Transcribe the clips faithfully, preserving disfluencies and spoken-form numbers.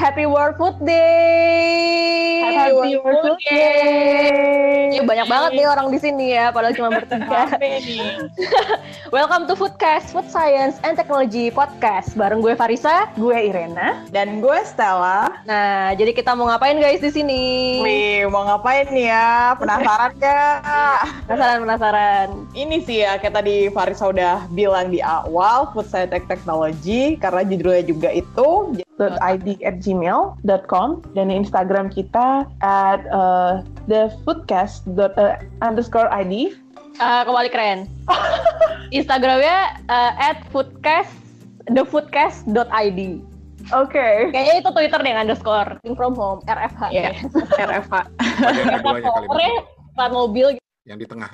Happy World Food Day. Happy, Happy World Food Day. Ya banyak banget nih orang di sini ya, padahal cuma bertiga. Welcome to Foodcast, Food Science and Technology Podcast. Bareng gue Farisa, gue Irena, dan gue Stella. Nah, jadi kita mau ngapain guys di sini? Wih, mau ngapain nih ya? Penasaran gak? Penasaran, penasaran. Ini sih ya, kayak tadi Farisa udah bilang di awal, Food Science and Technology, karena judulnya juga itu .id at gmail dot com dan Instagram kita at uh, the foodcast dot underscore id. Uh, kembali keren. Instagramnya uh, at foodcast the foodcast dot id. Oke. Okay. Kayaknya itu Twitter deh underscore working from home R F H. Iya, yeah. R F H. Keduanya kali. Plat mobil. Yang di tengah.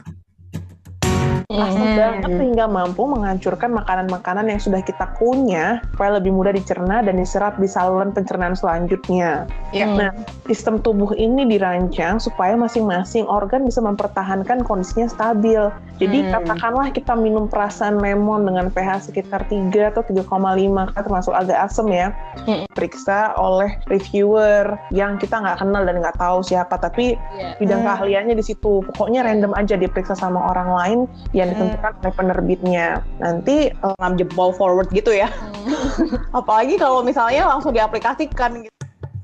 Asal banget sehingga mampu menghancurkan makanan-makanan yang sudah kita kunyah supaya lebih mudah dicerna dan diserap di saluran pencernaan selanjutnya. Yeah. Nah, sistem tubuh ini dirancang supaya masing-masing organ bisa mempertahankan kondisinya stabil. Jadi hmm. katakanlah kita minum perasan lemon dengan pH sekitar tiga atau tiga koma lima, termasuk agak asam ya. Hmm. Periksa oleh reviewer yang kita nggak kenal dan nggak tahu siapa, tapi yeah. bidang hmm. keahliannya di situ. Pokoknya random aja diperiksa sama orang lain yang ditentukan oleh penerbitnya. Nanti enam jempol forward gitu ya. Hmm. Apalagi kalau misalnya langsung diaplikasikan gitu.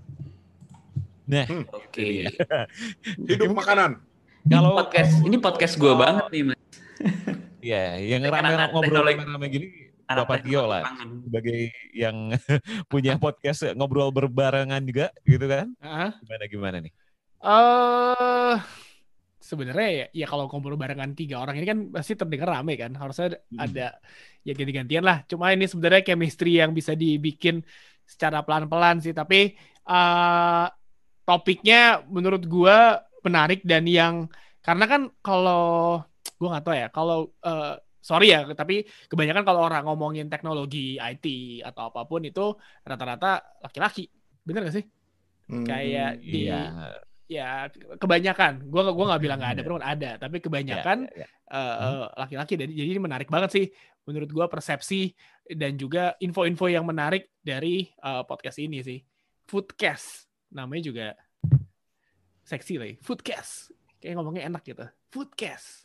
Nah, hmm. oke. Okay. Hidup makanan. Kalau podcast ini podcast gue banget nih, Mas. Iya, yang rame ngobrol rame gini Bapak Tio lah, sebagai yang punya podcast ngobrol berbarengan juga, gitu kan? Uh-huh. Gimana gimana nih? Eh, uh, sebenarnya ya, ya kalau ngobrol barengan tiga orang ini kan pasti terdengar rame kan, harusnya hmm. ada ya ganti-gantian lah. Cuma ini sebenarnya chemistry yang bisa dibikin secara pelan-pelan sih, tapi uh, topiknya menurut gue menarik dan yang karena kan kalau gue nggak tahu ya, kalau uh, sorry ya, tapi kebanyakan kalau orang ngomongin teknologi I T atau apapun itu rata-rata laki-laki, bener gak sih? Hmm, Kayak di iya. ya kebanyakan, gue gue nggak bilang nggak ada, perempuan ada, tapi kebanyakan ya, ya, ya. Uh, uh, laki-laki. Jadi jadi ini menarik banget sih menurut gue, persepsi dan juga info-info yang menarik dari uh, podcast ini sih. Foodcast namanya juga seksi lah, Foodcast kayak ngomongnya enak gitu, Foodcast.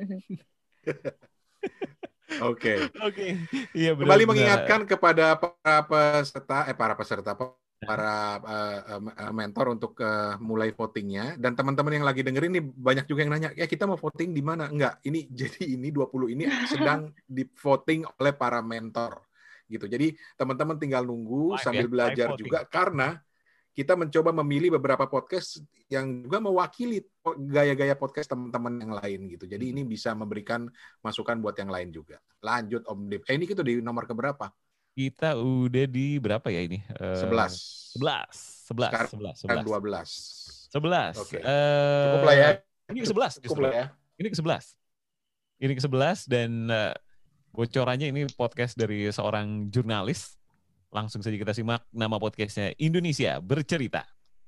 Oke. Oke. Iya benar. Kembali mengingatkan kepada para peserta eh para peserta para uh, uh, mentor untuk uh, mulai votingnya, dan teman-teman yang lagi dengerin nih banyak juga yang nanya, ya kita mau voting di mana? Enggak, ini jadi ini dua puluh ini sedang di voting oleh para mentor gitu. Jadi teman-teman tinggal nunggu live, sambil ya, belajar juga, karena kita mencoba memilih beberapa podcast yang juga mewakili gaya-gaya podcast teman-teman yang lain gitu. Jadi ini bisa memberikan masukan buat yang lain juga. Lanjut Om Dip. Eh, ini kita di nomor keberapa? Kita udah di berapa ya ini? Sebelas. Sebelas. Sebelas. Sebelas. Sebelas. Dua belas. Sebelas. Oke. Uh, Cukup lah ya. Ini ke sebelas. Cukup lah ya. Ini ke sebelas. Ini ke sebelas dan uh, bocorannya ini podcast dari seorang jurnalis. Langsung saja kita simak nama podcastnya, Indonesia Bercerita.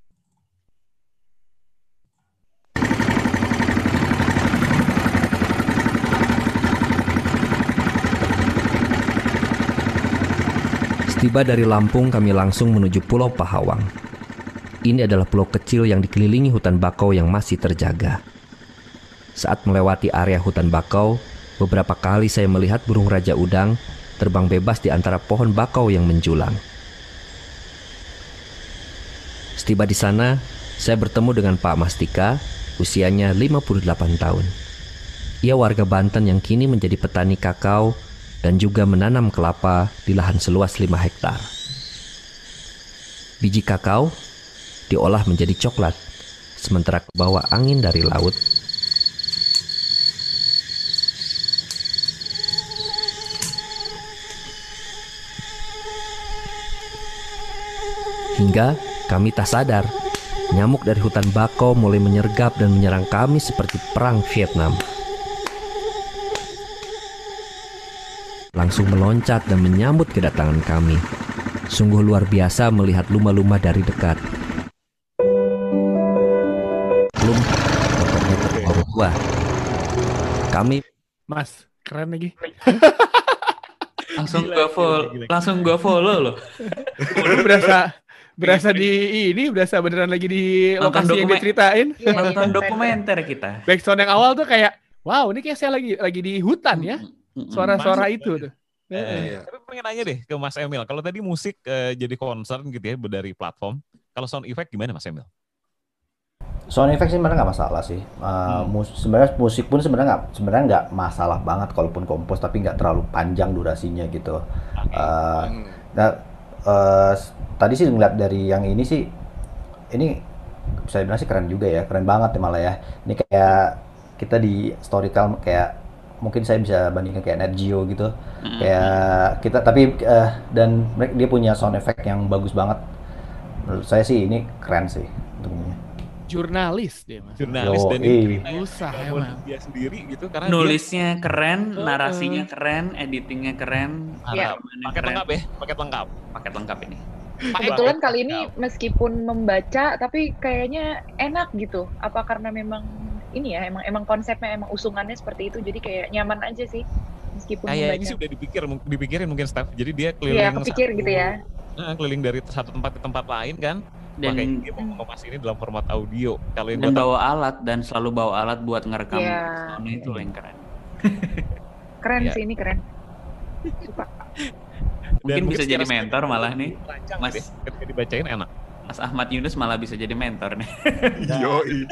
Setiba dari Lampung, kami langsung menuju Pulau Pahawang. Ini adalah pulau kecil yang dikelilingi hutan bakau yang masih terjaga. Saat melewati area hutan bakau, beberapa kali saya melihat burung raja udang terbang bebas di antara pohon bakau yang menjulang. Setiba di sana, saya bertemu dengan Pak Mastika, usianya lima puluh delapan tahun. Ia warga Banten yang kini menjadi petani kakao dan juga menanam kelapa di lahan seluas lima hektar. Biji kakao diolah menjadi coklat, sementara ke bawah angin dari laut, hingga kami tak sadar, nyamuk dari hutan bakau mulai menyergap dan menyerang kami seperti perang Vietnam. Langsung meloncat dan menyambut kedatangan kami. Sungguh luar biasa melihat lumba-lumba dari dekat. Belum, motornya terbawa tua. Kami... Mas, keren lagi. Langsung gue follow, langsung gue follow loh. Gue berasa berasa di ini, berasa beneran lagi di lokasi Nonton yang dokumen- diceritain. Nonton dokumenter kita. Backsound yang awal tuh kayak, wow ini kayak saya lagi lagi di hutan ya. Suara-suara Masuk itu tuh. Eh, tapi pengen nanya deh ke Mas Emil. Kalau tadi musik eh, jadi concern gitu ya dari platform. Kalau sound effect gimana Mas Emil? Sound effect sih sebenarnya nggak masalah sih. Uh, mus- sebenarnya musik pun sebenarnya nggak sebenarnya nggak masalah banget kalaupun kompos, tapi nggak terlalu panjang durasinya gitu. Uh, nah, uh, tadi sih ngeliat dari yang ini sih, ini bisa dibilang sih keren juga ya, keren banget ya malah ya. Ini kayak kita di Storytel kayak mungkin saya bisa bandingkan kayak Net Geo gitu, mm-hmm. kayak kita tapi uh, dan dia punya sound effect yang bagus banget. Menurut saya sih ini keren sih untuk ini. Jurnalis dia Mas. Jurnalis Yo, dan iya. ini Usaha kayak emang. dia sendiri gitu karena Nulisnya keren, Uh-uh. narasinya keren, editingnya keren, dia Iya. rekamannya paket keren. lengkap ya, paket lengkap. Paket lengkap ini. Kebetulan kali ini meskipun membaca tapi kayaknya enak gitu. Apa karena memang ini ya, emang emang konsepnya emang usungannya seperti itu, jadi kayak nyaman aja sih meskipun Kayak membaca. ini sih udah dipikir, dipikirin mungkin staff. Jadi dia Iya, keliling kepikir satu- gitu ya. Nah, keliling dari satu tempat ke tempat lain kan. Dan Makanya dia mau ngemas ini dalam format audio. Kalau yang dan gua bawa alat dan selalu bawa alat buat ngerekam Iya. soundnya itu yang keren. Keren Iya. sih ini keren. Suka. Mungkin Dan bisa secara jadi mentor script malah itu nih. rancang Mas. gitu ya, ketika dibacain enak. Mas Ahmad Yunus malah bisa jadi mentor nih. Yoi.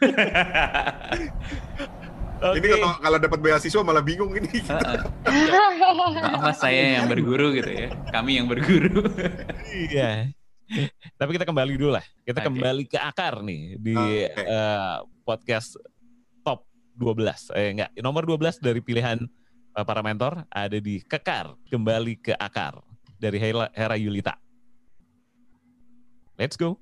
Ini kalau kalau dapat beasiswa malah bingung ini. Maaf Mas, saya yang berguru gitu ya. Kami yang berguru. Iya. Tapi kita kembali dulu lah. Kita Oke. kembali ke akar nih di Oke. eh, podcast top dua belas. Eh enggak, nomor dua belas dari pilihan eh, para mentor ada di Kekar, kembali ke akar dari Hera, Hera Yulita. Let's go.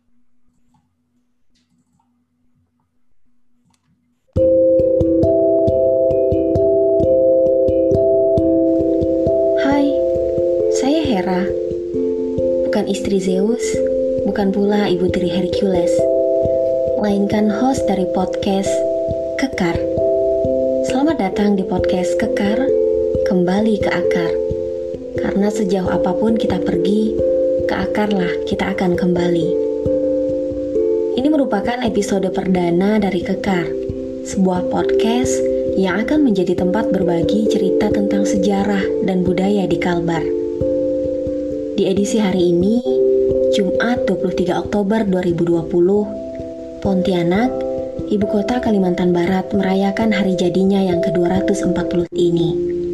Hai, saya Hera. Bukan istri Zeus, bukan pula ibu tiri Hercules, melainkan host dari podcast Kekar. Selamat datang di podcast Kekar, kembali ke akar. Karena sejauh apapun kita pergi, ke akarlah kita akan kembali. Ini merupakan episode perdana dari Kekar, sebuah podcast yang akan menjadi tempat berbagi cerita tentang sejarah dan budaya di Kalbar. Di edisi hari ini, Jumat dua puluh tiga Oktober dua ribu dua puluh, Pontianak, ibu kota Kalimantan Barat, merayakan hari jadinya yang ke dua ratus empat puluh ini.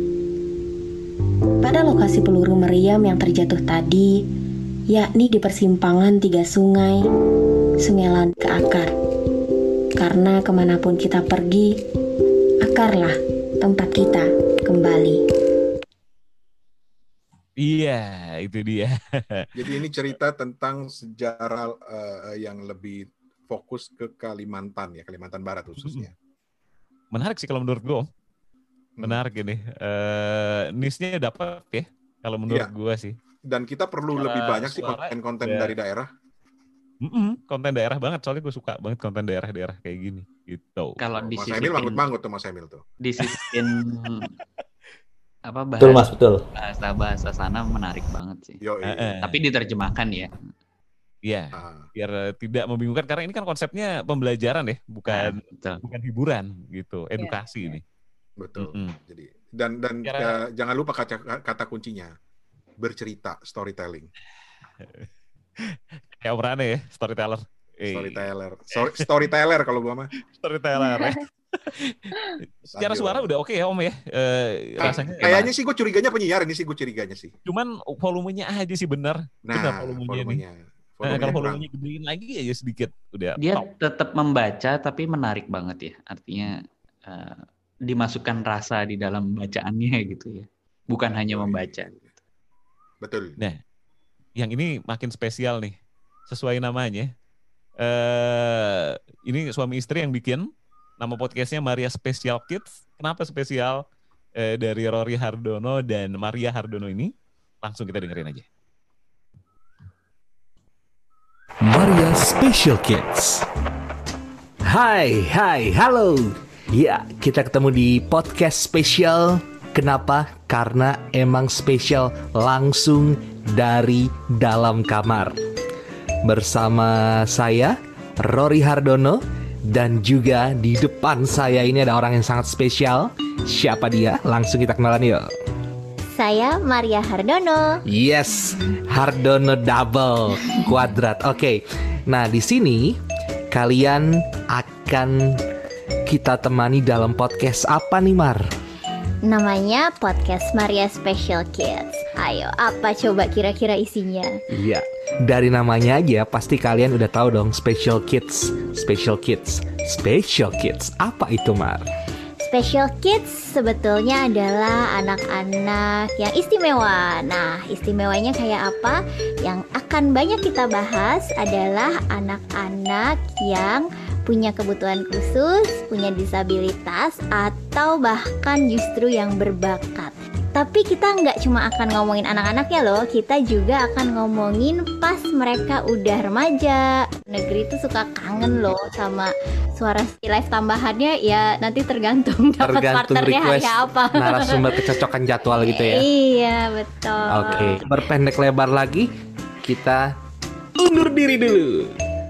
Pada lokasi peluru meriam yang terjatuh tadi, yakni di persimpangan tiga sungai, Sungai ke akar. Karena kemanapun kita pergi, akarlah tempat kita kembali. Iya, itu dia. Jadi ini cerita tentang sejarah uh, yang lebih fokus ke Kalimantan ya, Kalimantan Barat khususnya. Menarik sih kalau menurut gue. Menarik ini. Uh, niche-nya dapat ya, kalau menurut Iya. gue sih. Dan kita perlu Secara lebih banyak sih suara, konten-konten ya. dari daerah. Mm-mm, konten daerah banget, soalnya gue suka banget konten daerah-daerah kayak gini. Gitu. Kalau Mas disisipin, Emil manggut-manggut tuh Mas Emil tuh. disisipin apa bahasa Betul Mas, betul. bahasa bahasa sana menarik banget sih. Yo, Eh, eh. Tapi diterjemahkan ya. Iya, Ah, biar uh, tidak membingungkan karena ini kan konsepnya pembelajaran ya, bukan Nah, betul. bukan hiburan gitu, edukasi ini. betul. Mm-mm. Jadi dan dan Kira- uh, jangan lupa kata, kata kuncinya bercerita, storytelling. Kayak Om Rane ya, storyteller. Eh, Storyteller. Story- storyteller kalau gua mah. storyteller ya. Secara Lanjut. suara udah oke ya Om ya. Eh, Ah, rasanya Kayaknya sih gue curiganya penyiar ini sih gue curiganya sih. cuman volumenya aja sih benar. benar Nah, volumenya, volumenya. nih. Nah, volumenya kalau kurang. volumenya gedein lagi aja sedikit udah Dia top. tetap membaca tapi menarik banget ya. Artinya eh, dimasukkan rasa di dalam bacaannya gitu ya. Bukan hanya membaca. Betul. Nah, yang ini makin spesial nih. Sesuai namanya. Eh, ini suami istri yang bikin. Nama podcastnya Maria Special Kids. Kenapa spesial? Eh, dari Rory Hardono dan Maria Hardono ini. Langsung kita dengerin aja. Maria Special Kids. Hai, hai, halo. Ya, kita ketemu di podcast spesial. Kenapa? Karena emang spesial langsung dari dalam kamar. bersama saya Rory Hardono, dan juga di depan saya ini ada orang yang sangat spesial. Siapa dia? Langsung kita kenalan yuk. Saya Maria Hardono. Yes, Hardono double kuadrat. Oke. Okay. Nah, di sini kalian akan kita temani dalam podcast apa nih, Mar? Namanya podcast Maria Special Kids. Ayo, apa coba kira-kira isinya? Iya, dari namanya aja pasti kalian udah tahu dong, Special Kids. Special Kids. Special Kids. Apa itu, Mar? Special Kids sebetulnya adalah anak-anak yang istimewa. Nah, istimewanya kayak apa? Yang akan banyak kita bahas adalah anak-anak yang punya kebutuhan khusus, punya disabilitas, atau bahkan justru yang berbakat. Tapi kita nggak cuma akan ngomongin anak-anaknya loh, kita juga akan ngomongin pas mereka udah remaja. Negeri itu suka kangen loh sama suara live tambahannya, ya nanti tergantung dapat partnernya hari apa. Narasumber kecocokan jadwal gitu ya. Iya, betul. Oke, okay. Berpendek lebar lagi, kita undur diri dulu.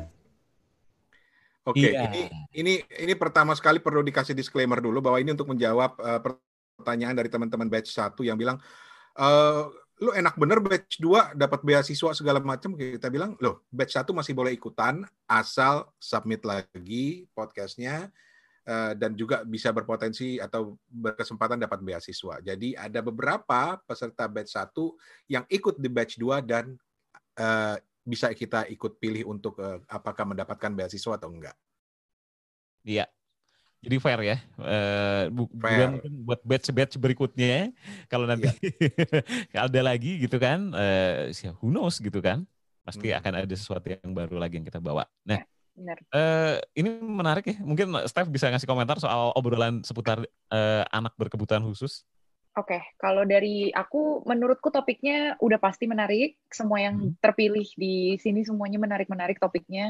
Oke, okay, yeah. ini ini ini pertama sekali perlu dikasih disclaimer dulu bahwa ini untuk menjawab uh, pertanyaan dari teman-teman batch satu yang bilang, e, lu enak bener batch dua dapat beasiswa segala macam. Kita bilang, loh, batch satu masih boleh ikutan asal submit lagi podcastnya uh, dan juga bisa berpotensi atau berkesempatan dapat beasiswa. Jadi ada beberapa peserta batch satu yang ikut di batch dua dan uh, bisa kita ikut pilih untuk uh, apakah mendapatkan beasiswa atau enggak. Iya. Jadi fair ya, uh, bu- fair. Mungkin buat batch-batch berikutnya, kalau nanti yeah. ada lagi gitu kan, uh, who knows gitu kan, pasti hmm. akan ada sesuatu yang baru lagi yang kita bawa. Nah, uh, ini menarik ya, mungkin Steph bisa ngasih komentar soal obrolan seputar uh, anak berkebutuhan khusus. Oke, okay. Kalau dari aku, menurutku topiknya udah pasti menarik. Semua yang hmm. terpilih di sini semuanya menarik-menarik topiknya.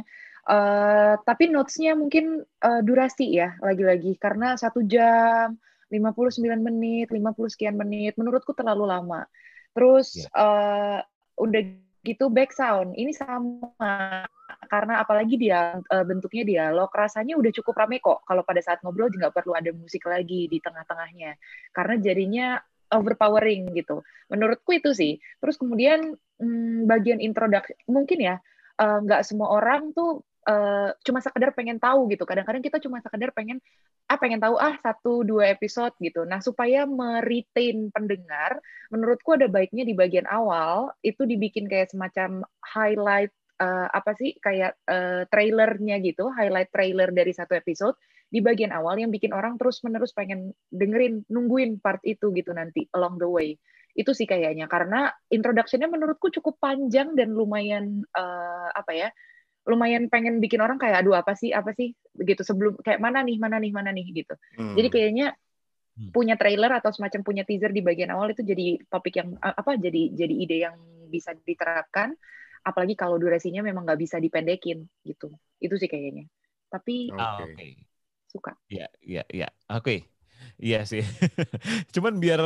Uh, tapi notes-nya mungkin uh, durasi ya, lagi-lagi. Karena satu jam, lima puluh sembilan menit, lima puluh sekian menit, menurutku terlalu lama. Terus, yeah. uh, udah gitu back sound. Ini sama. Karena apalagi dia uh, bentuknya dialog, rasanya udah cukup rame kok. Kalau pada saat ngobrol juga nggak perlu ada musik lagi di tengah-tengahnya, karena jadinya overpowering gitu. Menurutku itu sih. Terus kemudian hmm, bagian introduction mungkin ya nggak uh, semua orang tuh uh, cuma sekedar pengen tahu gitu. Kadang-kadang kita cuma sekedar pengen ah pengen tahu ah satu dua episode gitu. Nah supaya meretain pendengar, menurutku ada baiknya di bagian awal itu dibikin kayak semacam highlight. Uh, apa sih kayak uh, trailernya gitu, highlight trailer dari satu episode di bagian awal yang bikin orang terus-menerus pengen dengerin, nungguin part itu gitu nanti along the way. Itu sih kayaknya, karena introduction-nya menurutku cukup panjang dan lumayan uh, apa ya, lumayan pengen bikin orang kayak aduh apa sih, apa sih begitu sebelum kayak mana nih, mana nih, mana nih gitu. Hmm. Jadi kayaknya punya trailer atau semacam punya teaser di bagian awal itu jadi topik yang apa, jadi jadi ide yang bisa diterapkan. Apalagi kalau durasinya memang nggak bisa dipendekin gitu, itu sih kayaknya. Tapi oh, okay. suka. Iya, iya, iya. Oke, iya sih. Cuman biar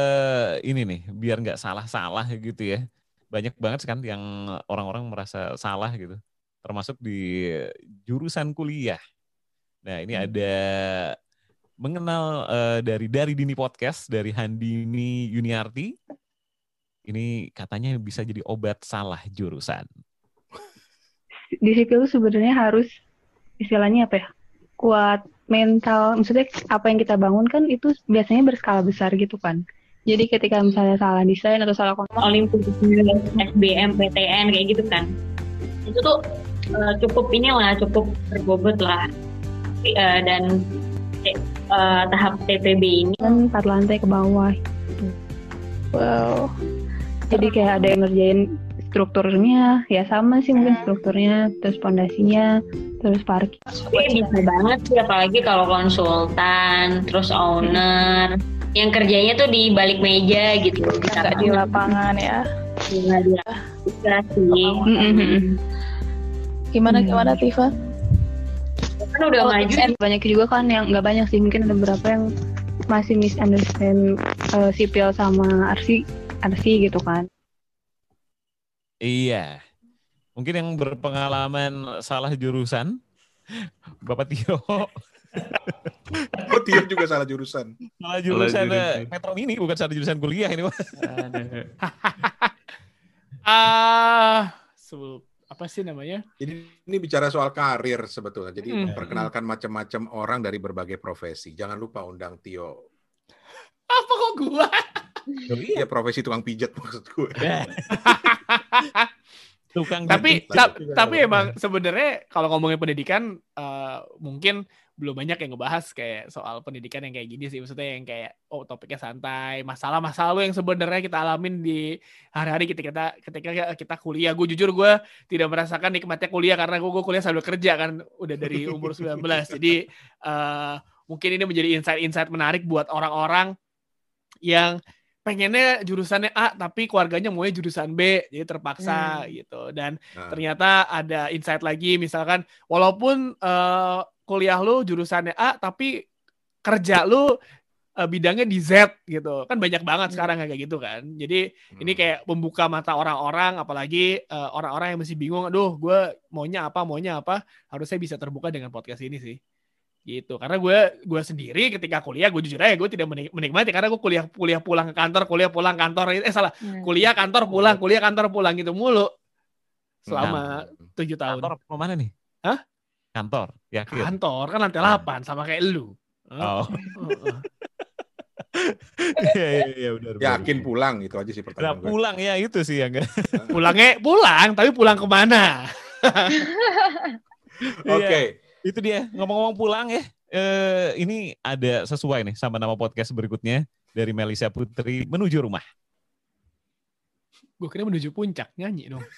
uh, ini nih, biar nggak salah-salah gitu ya. Banyak banget kan yang orang-orang merasa salah gitu, termasuk di jurusan kuliah. Nah ini hmm. ada mengenal uh, dari dari Dini Podcast dari Handini Yuniarti. Ini katanya bisa jadi obat salah jurusan. Di sipil itu sebenarnya harus istilahnya apa ya? Kuat mental. Maksudnya apa yang kita bangun kan itu biasanya berskala besar gitu kan. Jadi ketika misalnya salah desain atau salah konsep, Olympus, S B M, P T N kayak gitu kan. Itu tuh uh, cukup inilah, cukup berbobot lah. Uh, dan uh, tahap T P B ini kan empat lantai ke bawah. Wow. Jadi kayak ada yang ngerjain strukturnya, ya sama sih mungkin strukturnya, terus pondasinya, terus parkir. Tapi bisa banget sih, apalagi kalau konsultan, terus owner, hmm. yang kerjanya tuh di balik meja gitu. Bisa nggak di lapangan ya. Nggak di lapangan. Bisa sih. Mm-hmm. Gimana, gimana Tifa? Kan udah oh, maju. Banyak juga kan yang nggak banyak sih, mungkin ada beberapa yang masih misunderstand uh, sipil sama arsi. Arsi gitu kan. Iya. Mungkin yang berpengalaman salah jurusan, Bapak Tio. Oh, Tio juga salah jurusan. Salah jurusan, jurusan. Metro Mini, bukan salah jurusan kuliah ini. Ah, uh, apa sih namanya? Jadi ini bicara soal karir sebetulnya. Jadi Hmm. memperkenalkan macam-macam orang dari berbagai profesi. Jangan lupa undang Tio. Apa kok gua? Iya, profesi tukang pijat maksud gue. Tukang tapi pijat. ta- tapi emang sebenarnya kalau ngomongin pendidikan uh, mungkin belum banyak yang ngebahas kayak soal pendidikan yang kayak gini sih, maksudnya yang kayak oh topiknya santai, masalah-masalah lo yang sebenarnya kita alamin di hari-hari ketika kita ketika kita kuliah. Gue jujur gue tidak merasakan nikmatnya kuliah karena gue, gue kuliah sambil kerja kan udah dari umur sembilan belas. Jadi uh, mungkin ini menjadi insight-insight menarik buat orang-orang yang pengennya jurusannya A tapi keluarganya maunya jurusan B, jadi terpaksa hmm. gitu. Dan nah. ternyata ada insight lagi, misalkan walaupun uh, kuliah lu jurusannya A tapi kerja lu uh, bidangnya di Z gitu. Kan banyak banget hmm. sekarang kayak gitu kan. Jadi hmm. ini kayak membuka mata orang-orang, apalagi uh, orang-orang yang masih bingung, aduh gue maunya apa, maunya apa, harusnya bisa terbuka dengan podcast ini sih. Gitu. Karena gue gue sendiri ketika kuliah, gue jujur aja gue tidak menikmati karena gue kuliah kuliah pulang ke kantor, kuliah pulang kantor, eh salah, hmm. kuliah kantor pulang, kuliah kantor pulang gitu mulu selama tujuh nah. tahun. Kantor mau mana nih? Hah? Kantor, yakin? Kantor kan lantai delapan sama kayak lu. Oh. Iya iya iya benar. Yakin pulang itu aja sih pertanyaan gue. Pulang ya itu sih yang enggak. Pulangnya pulang, tapi pulang kemana? Oke. Okay. Itu dia, ngomong-ngomong pulang ya, eh, ini ada sesuai nih sama nama podcast berikutnya dari Melisa Putri, Menuju Rumah. Gue kira menuju puncak, nyanyi dong.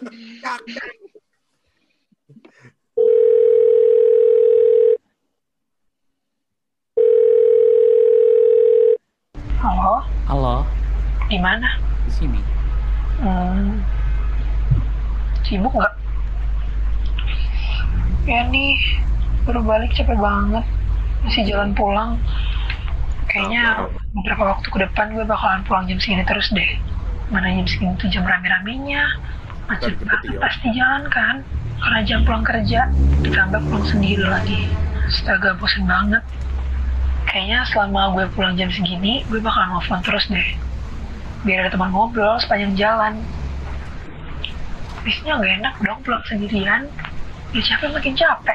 Halo. Halo. Di mana? Di sini. Hmm. Sibuk nggak? Ya nih, baru balik capek banget. Masih jalan pulang. Kayaknya beberapa waktu ke depan gue bakalan pulang jam segini terus deh. Mana jam segini tuh jam rame-ramenya. Macet banget pasti jalan kan. Karena jam pulang kerja, ditambah pulang sendiri lagi. Astaga, bosen banget. Kayaknya selama gue pulang jam segini, gue bakalan nelfon terus deh. Biar ada teman ngobrol sepanjang jalan. Bisnya gak enak dong pulang sendirian. Udah capek makin capek.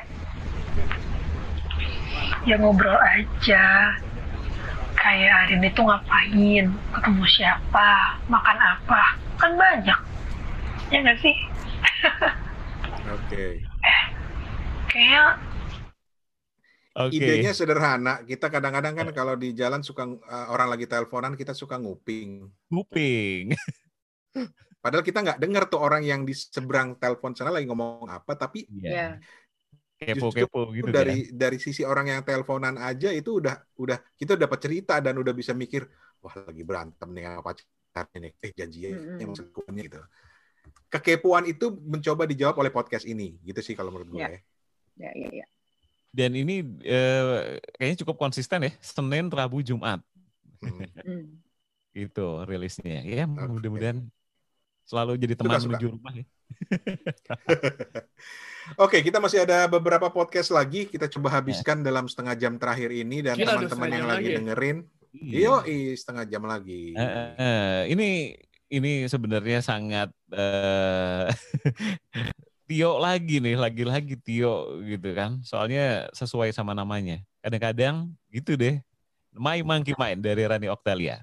Ya ngobrol aja. Kayak hari ini tuh ngapain, ketemu siapa, makan apa. Kan banyak. Ya gak sih? Oke. Okay. Eh, kayaknya Okay. Idenya sederhana. Kita kadang-kadang kan kalau di jalan suka uh, orang lagi teleponan kita suka nguping. Nguping. Padahal kita nggak dengar tuh orang yang di seberang telepon sana lagi ngomong apa, tapi yeah. kepo-kepo gitu dari ya. Dari sisi orang yang teleponan aja itu udah udah kita dapat cerita dan udah bisa mikir wah lagi berantem nih apa pacarnya nih, eh janjiannya mm-hmm. maksudnya gitu. Kekepoan itu mencoba dijawab oleh podcast ini, gitu sih kalau menurut gue. Ya, ya, ya. ya. Dan ini eh, kayaknya cukup konsisten ya, Senin, Rabu, Jumat. Hmm. Gitu rilisnya. Ya, okay. Mudah-mudahan selalu jadi teman suka, menuju suka. rumah ya. Oke, kita masih ada beberapa podcast lagi. Kita coba habiskan ya. dalam setengah jam terakhir ini. Dan Gila, teman-teman yang lagi ya? dengerin, iya. Yoi, setengah jam lagi. Uh, uh, ini ini sebenarnya sangat... Uh, Tio lagi nih, lagi-lagi Tio gitu kan. Soalnya sesuai sama namanya. Kadang-kadang gitu deh. My Monkey Mind dari Rani Oktalia.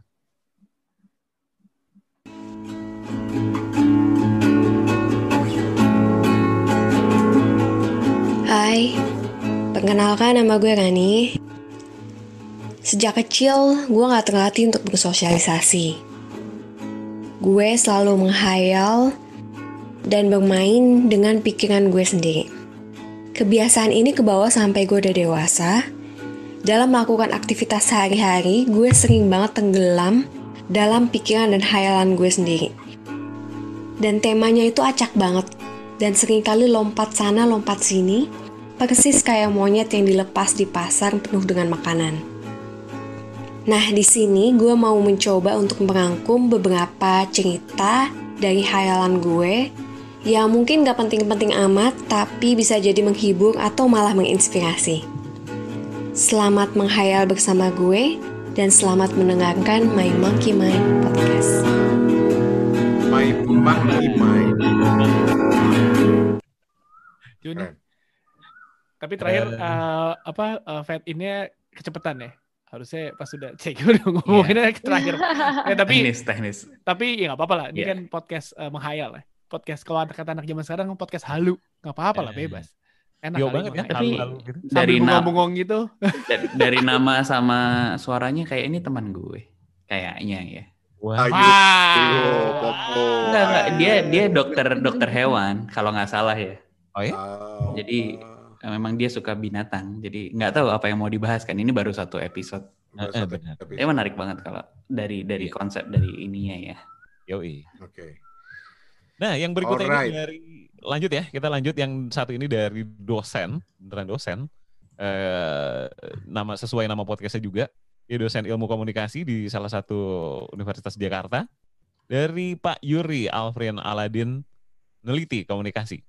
Hai, perkenalkan nama gue Rani. Sejak kecil, gue gak terlatih untuk bersosialisasi. Gue selalu menghayal dan bermain dengan pikiran gue sendiri. Kebiasaan ini kebawa sampai gue udah dewasa. Dalam melakukan aktivitas sehari-hari, gue sering banget tenggelam dalam pikiran dan hayalan gue sendiri. Dan temanya itu acak banget, dan seringkali lompat sana lompat sini, persis kayak monyet yang dilepas di pasar penuh dengan makanan. Nah, di sini gue mau mencoba untuk merangkum beberapa cerita dari hayalan gue yang mungkin gak penting-penting amat, tapi bisa jadi menghibur atau malah menginspirasi. Selamat menghayal bersama gue, dan selamat mendengarkan My Monkey Mind Podcast. My Monkey Mind. Juni. Tapi terakhir uh, apa uh, fade in-nya kecepatan ya? Harusnya pas sudah cek udah ngomonginnya yeah. terakhir. Ya, tapi teknis, teknis. Tapi ya nggak apa-apa lah. Ini yeah. kan podcast uh, menghayal ya. Podcast kalau kata anak zaman sekarang podcast halu, nggak apa-apa yeah. lah, bebas. Enak Yo banget ya. Tapi halu, gitu. Dari bengong-bengong gitu. Dari, dari nama sama suaranya kayak ini teman gue, kayaknya ya. Wah. Enggak enggak dia dia dokter dokter hewan kalau nggak salah ya. Oh ya? Oh. Jadi memang dia suka binatang. Jadi nggak tahu apa yang mau dibahas kan. Ini baru satu episode. Baru satu episode. Ini menarik banget kalau dari dari yeah. konsep dari ininya ya. Yoi. Oke. Okay. Nah, yang berikutnya Alright. ini dari lanjut ya. Kita lanjut yang satu ini dari dosen, beneran dosen. Eh, nama sesuai nama podcastnya juga. Dia dosen ilmu komunikasi di salah satu universitas Jakarta. Dari Pak Yuri Alfrian Aladin, neliti komunikasi.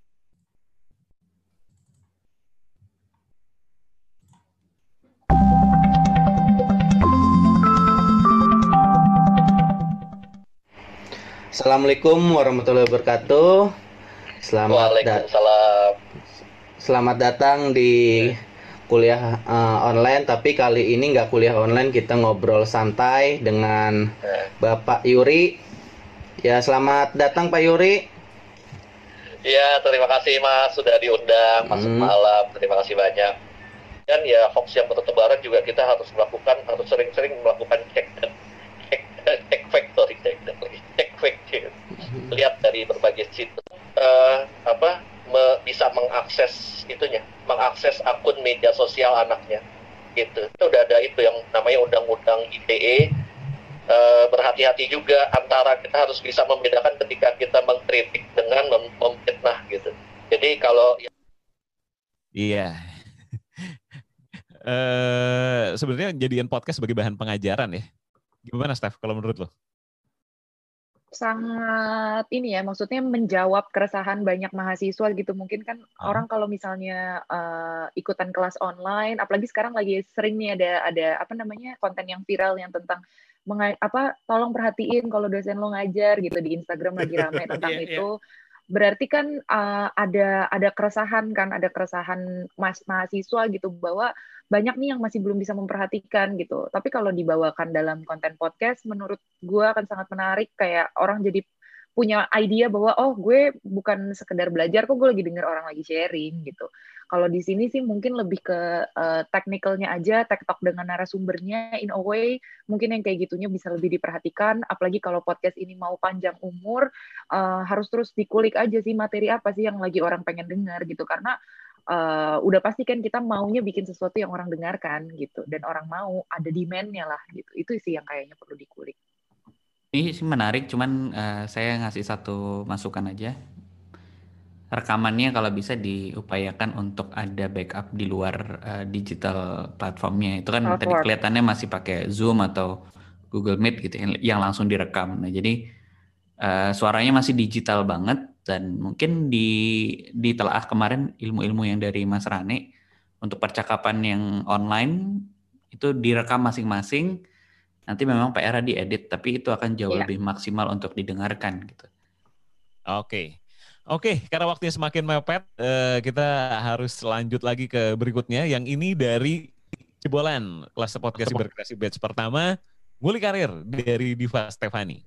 Assalamualaikum warahmatullahi wabarakatuh. Selamat Waalaikumsalam. Da- Selamat datang di kuliah uh, online, tapi kali ini nggak kuliah online, kita ngobrol santai dengan Bapak Yuri. Ya, selamat datang Pak Yuri. Ya, terima kasih Mas sudah diundang masuk hmm. malam. Terima kasih banyak. Dan ya hoax yang bertebaran juga kita harus melakukan, harus sering-sering melakukan cek dan cek, cek factor, cek cek fact. Lihat dari berbagai situs uh, apa me, bisa mengakses itunya, mengakses akun media sosial anaknya, gitu. Itu udah ada itu yang namanya undang-undang I T E. Uh, berhati-hati juga antara kita harus bisa membedakan ketika kita mengkritik dengan mem- memfitnah gitu. Jadi kalau iya, uh, sebenarnya jadiin podcast sebagai bahan pengajaran ya. Gimana Steph kalau menurut lo? Sangat ini ya, maksudnya menjawab keresahan banyak mahasiswa gitu. Mungkin kan hmm. orang kalau misalnya uh, ikutan kelas online, apalagi sekarang lagi sering nih ada ada apa namanya konten yang viral yang tentang menga- apa tolong perhatiin kalau dosen lo ngajar gitu di Instagram lagi ramai tentang yeah, itu. Yeah. Berarti kan uh, ada ada keresahan kan, ada keresahan mas mahasiswa gitu bahwa banyak nih yang masih belum bisa memperhatikan gitu. Tapi kalau dibawakan dalam konten podcast, menurut gue akan sangat menarik. Kayak orang jadi punya idea bahwa oh gue bukan sekedar belajar, kok gue lagi denger orang lagi sharing gitu. Kalau di sini sih mungkin lebih ke uh, technicalnya aja, tektok dengan narasumbernya in a way mungkin yang kayak gitunya bisa lebih diperhatikan. Apalagi kalau podcast ini mau panjang umur, uh, harus terus dikulik aja sih materi apa sih yang lagi orang pengen dengar gitu. Karena uh, udah pasti kan kita maunya bikin sesuatu yang orang dengarkan gitu, dan orang mau ada demand-nya lah gitu. Itu sih yang kayaknya perlu dikulik. Ini sih menarik, cuman uh, saya ngasih satu masukan aja. Rekamannya kalau bisa diupayakan untuk ada backup di luar uh, digital platformnya. Itu kan tadi kelihatannya masih pakai Zoom atau Google Meet gitu yang, yang langsung direkam. Nah, jadi uh, suaranya masih digital banget, dan mungkin di ditelaah kemarin ilmu-ilmu yang dari Mas Rane untuk percakapan yang online itu direkam masing-masing. Nanti memang P R-nya diedit, tapi itu akan jauh yeah. lebih maksimal untuk didengarkan gitu. Oke. Oke, karena waktunya semakin mepet, eh, kita harus lanjut lagi ke berikutnya. Yang ini dari Cibolan, kelas podcast berkreasi batch pertama, Nguli Karir dari Diva Stefani.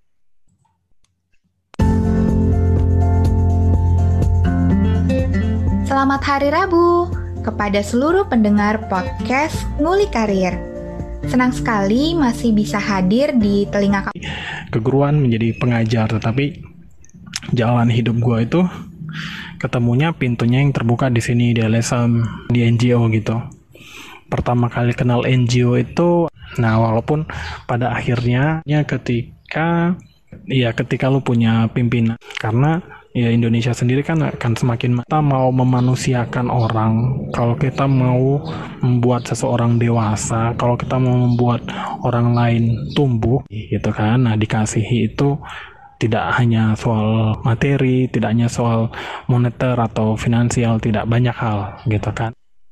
Selamat Hari Rabu kepada seluruh pendengar podcast Nguli Karir. Senang sekali masih bisa hadir di telinga kamu. Keguruan menjadi pengajar, tetapi jalan hidup gue itu ketemunya pintunya yang terbuka di sini di L S M, di N G O gitu. Pertama kali kenal N G O itu, nah walaupun pada akhirnya ketika ya ketika lu punya pimpinan, karena ya Indonesia sendiri kan akan semakin kita mau memanusiakan orang, kalau kita mau membuat seseorang dewasa, kalau kita mau membuat orang lain tumbuh gitu kan, nah dikasihi itu tidak hanya soal materi, tidak hanya soal moneter atau finansial, tidak banyak hal gitu kan.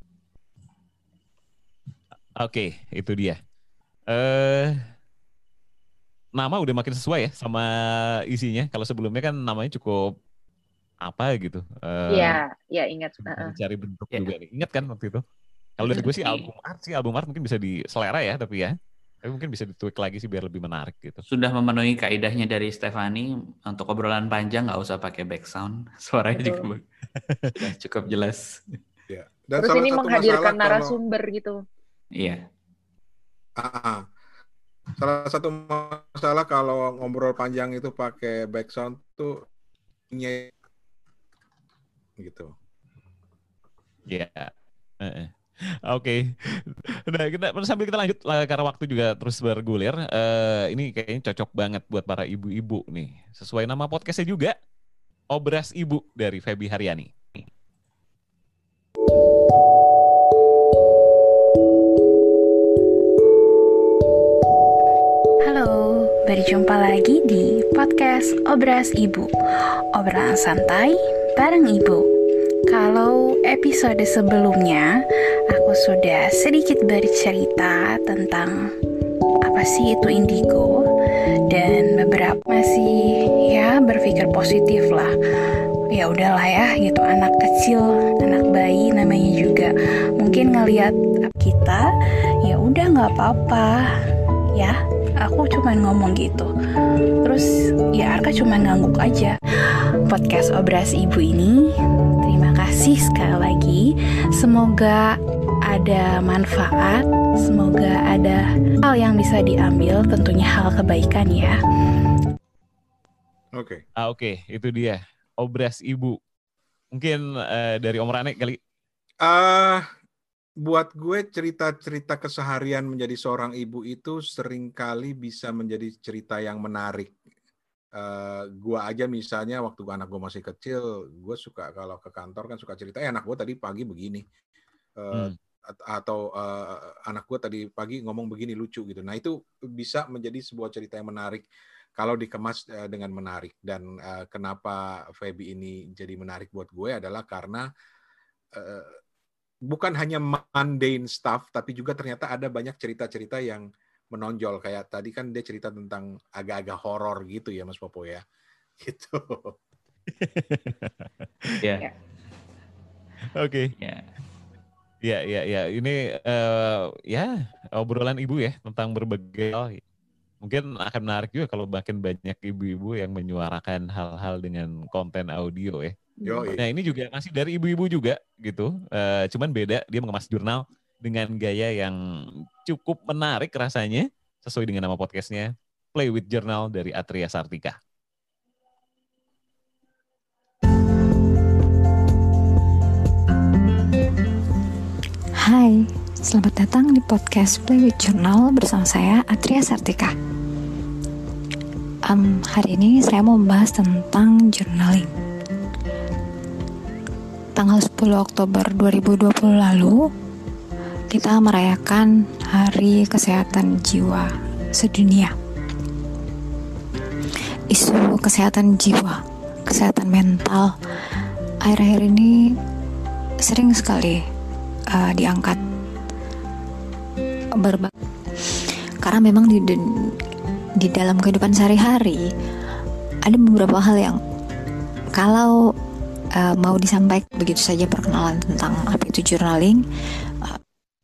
Oke, itu dia. Eh, nama udah makin sesuai ya sama isinya. Kalau sebelumnya kan namanya cukup apa gitu. Iya, iya ingat. Cari bentuk juga nih. Ingat kan waktu itu? Kalau dari gue sih album art sih, album art mungkin bisa di selera ya, tapi ya. Tapi mungkin bisa ditweak lagi sih biar lebih menarik gitu. Sudah memenuhi kaidahnya dari Stefani untuk obrolan panjang nggak usah pakai back sound. Suaranya Betul. juga sudah cukup jelas. Ya. Dan Terus salah ini satu menghadirkan masalah narasumber kalau, gitu. Iya. Ah, salah satu masalah kalau ngobrol panjang itu pakai back sound tuh nye gitu. Ya. Yeah. Oke, okay. Nah kita sambil kita lanjut karena waktu juga terus bergulir. Uh, ini kayaknya cocok banget buat para ibu-ibu nih. Sesuai nama podcastnya juga, Obras Ibu dari Feby Haryani. Halo, berjumpa lagi di podcast Obras Ibu. Obrolan santai bareng ibu. Kalau episode sebelumnya, aku sudah sedikit bercerita tentang apa sih itu indigo, dan beberapa masih ya berpikir positif lah. Ya udahlah ya, gitu anak kecil, anak bayi namanya juga. Mungkin ngelihat kita, ya udah nggak apa-apa, ya. Aku cuman ngomong gitu. Terus ya Arka cuman ngangguk aja. Podcast Obras Ibu ini, terima kasih sekali lagi. Semoga ada manfaat, semoga ada hal yang bisa diambil, tentunya hal kebaikan ya. Oke. Okay. Ah, Oke, okay. Itu dia Obras Ibu. Mungkin uh, dari Om Rane kali. Ah, uh, buat gue cerita-cerita keseharian menjadi seorang ibu itu seringkali bisa menjadi cerita yang menarik. Uh, gue aja misalnya waktu anak gue masih kecil, gue suka kalau ke kantor kan suka cerita, eh anak gue tadi pagi begini, uh, hmm. atau uh, anak gue tadi pagi ngomong begini lucu gitu. Nah itu bisa menjadi sebuah cerita yang menarik kalau dikemas uh, dengan menarik. Dan uh, kenapa Feby ini jadi menarik buat gue adalah karena uh, bukan hanya mundane stuff, tapi juga ternyata ada banyak cerita-cerita yang menonjol. Kayak tadi kan dia cerita tentang agak-agak horor gitu ya, Mas Popo ya. Gitu. Ya. Oke. Ya. Ya, ya, ya. Ini uh, ya obrolan ibu ya tentang berbagai hal. Mungkin akan menarik juga kalau makin banyak ibu-ibu yang menyuarakan hal-hal dengan konten audio ya. Yoi. Nah ini juga masih dari ibu-ibu juga gitu, uh, cuman beda, dia mengemas jurnal dengan gaya yang cukup menarik rasanya, sesuai dengan nama podcastnya, Play with Journal dari Atria Sartika. Hai, selamat datang di podcast Play with Journal bersama saya Atria Sartika. Um, hari ini saya mau membahas tentang journaling. Tanggal sepuluh Oktober dua ribu dua puluh lalu, kita merayakan Hari Kesehatan Jiwa Sedunia. Isu kesehatan jiwa, kesehatan mental, akhir-akhir ini sering sekali uh, diangkat berbagai, karena memang di, di dalam kehidupan sehari-hari ada beberapa hal yang kalau Uh, mau disampaikan begitu saja perkenalan tentang apa itu journaling. Uh,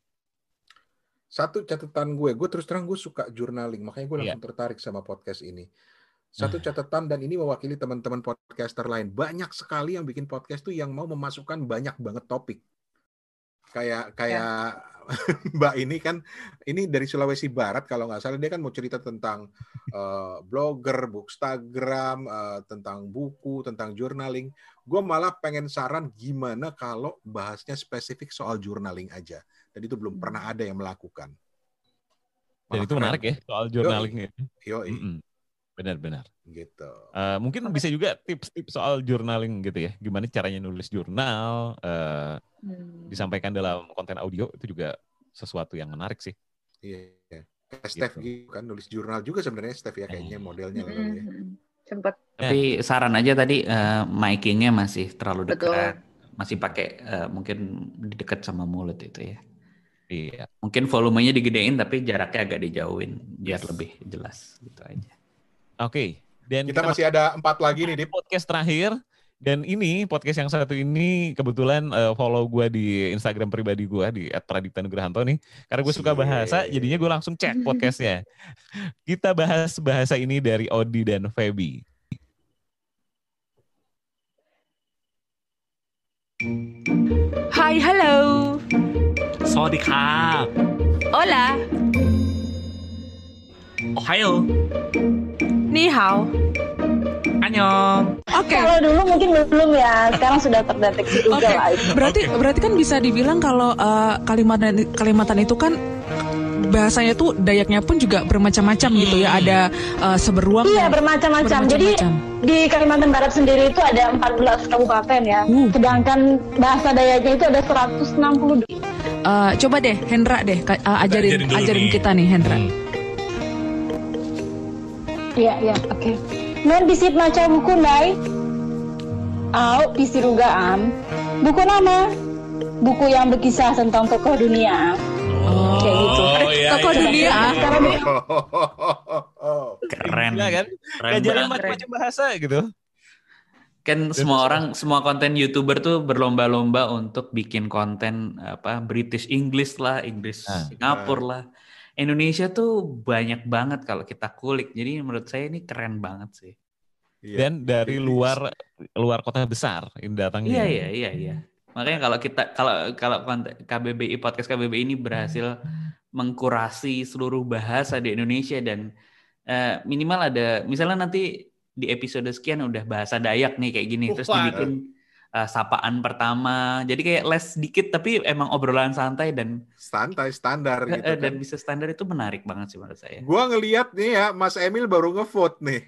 Satu catatan gue, gue terus terang gue suka journaling, makanya gue langsung yeah. tertarik sama podcast ini. Satu catatan, dan ini mewakili teman-teman podcaster lain. Banyak sekali yang bikin podcast tuh yang mau memasukkan banyak banget topik. Kayak kayak yeah. Mbak ini kan, ini dari Sulawesi Barat kalau nggak salah, dia kan mau cerita tentang uh, blogger, bookstagram, uh, tentang buku, tentang journaling. Gue malah pengen saran gimana kalau bahasnya spesifik soal journaling aja. Dan itu belum pernah ada yang melakukan. Dan itu menarik ya soal journaling. Yoi. Yoi. Benar-benar. Gitu. Uh, mungkin bisa juga tips-tips soal journaling gitu ya. Gimana caranya nulis jurnal, uh, hmm. disampaikan dalam konten audio, itu juga sesuatu yang menarik sih. Iya. Kayak Steph gitu kan, nulis jurnal juga sebenarnya Steph ya kayaknya modelnya. Hmm. Ya. sempet. Tapi saran aja tadi uh, mic-nya masih terlalu Betul. dekat, masih pakai uh, mungkin dekat sama mulut itu ya. Iya. Mungkin volumenya digedein tapi jaraknya agak dijauhin biar lebih jelas gitu aja. Oke. Okay. Dan kita, kita masih ada empat lagi nih di podcast terakhir. Dan ini podcast yang satu ini kebetulan uh, follow gue di Instagram pribadi gue di et pradipta nugrahanto nih. Karena gue suka bahasa, jadinya gue langsung cek podcastnya. Kita bahas bahasa ini dari Odi dan Feby. Hai, halo. สวัสดีครับ Hola. Ohayo. Ni hao. Annyeong. Oke. Kalau dulu mungkin belum ya, sekarang sudah terdeteksi juga okay. lah. Berarti berarti kan bisa dibilang kalau uh, Kalimantan Kalimantan itu kan bahasanya tuh Dayaknya pun juga bermacam-macam hmm. gitu ya, ada uh, seberuang. Iya, bermacam-macam. Jadi di Kalimantan Barat sendiri itu ada empat belas kabupaten ya. Uh. Sedangkan bahasa Dayaknya itu ada seratus enam puluh. Uh, coba deh Hendra deh uh, ajarin ajarin, ajarin kita nih Hendra. Iya, hmm. iya, oke. Okay. Non bisit maca buku nai, au pisirugaan, buku nama, buku yang berkisah tentang tokoh dunia, oh, kayak gitu. Iya, tokoh iya, dunia. Iya. Keren, ya, kan? Keren Ngajarin macam-macam bahasa gitu. Kan semua orang, semua konten YouTuber tuh berlomba-lomba untuk bikin konten apa British English lah, Inggris nah, Singapura lah. Indonesia tuh banyak banget kalau kita kulik. Jadi menurut saya ini keren banget sih. Dan dari luar luar kota besar ini datangnya. Iya iya iya iya. Makanya kalau kita kalau kalau K B B I podcast K B B I ini berhasil mengkurasi seluruh bahasa di Indonesia dan uh, minimal ada misalnya nanti di episode sekian udah bahasa Dayak nih kayak gini, terus dibikin uh, sapaan pertama, jadi kayak les dikit tapi emang obrolan santai dan santai standar gitu uh, dan kan. bisa standar itu menarik banget sih menurut saya. Gua ngelihat nih ya, Mas Emil baru ngevote nih.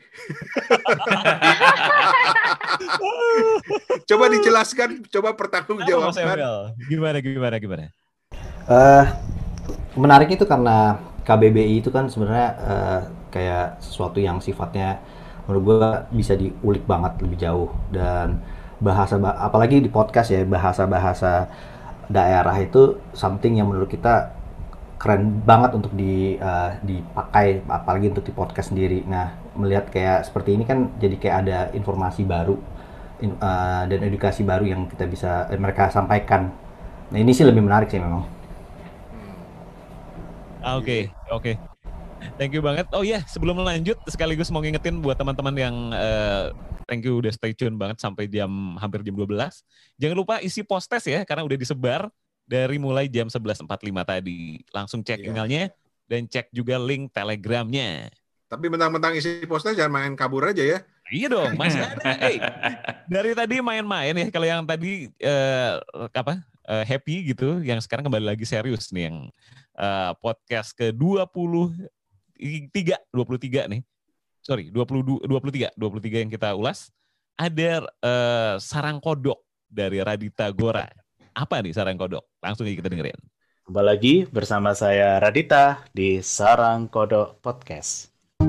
Coba dijelaskan, coba pertanggungjawabkan. Gimana gimana gimana? Uh, menarik itu karena K B B I itu kan sebenarnya uh, kayak sesuatu yang sifatnya menurut gue bisa diulik banget lebih jauh, dan bahasa apalagi di podcast ya, bahasa-bahasa daerah itu something yang menurut kita keren banget untuk di uh, dipakai apalagi untuk di podcast sendiri. Nah, melihat kayak seperti ini kan jadi kayak ada informasi baru in, uh, dan edukasi baru yang kita bisa eh, mereka sampaikan. Nah, ini sih lebih menarik sih memang. Oke, okay, oke. Okay. Thank you banget. Oh iya, yeah, sebelum lanjut sekaligus mau ngingetin buat teman-teman yang uh, thank you udah stay tune banget sampai jam hampir jam dua belas. Jangan lupa isi post test ya, karena udah disebar dari mulai jam sebelas empat puluh lima tadi. Langsung cek yeah. emailnya dan cek juga link Telegramnya. Tapi mentang-mentang isi post test jangan main kabur aja ya. Iya dong, masih ada. Hey, dari tadi main-main ya, kalau yang tadi uh, apa uh, happy gitu, yang sekarang kembali lagi serius nih, yang uh, podcast ke dua puluh tiga, dua puluh tiga nih. Sorry, dua puluh dua, dua puluh tiga, dua puluh tiga yang kita ulas. Ada uh, sarang kodok dari Radita Gora. Apa nih sarang kodok? Langsung kita dengerin. Kembali lagi bersama saya Radita di Sarang Kodok Podcast.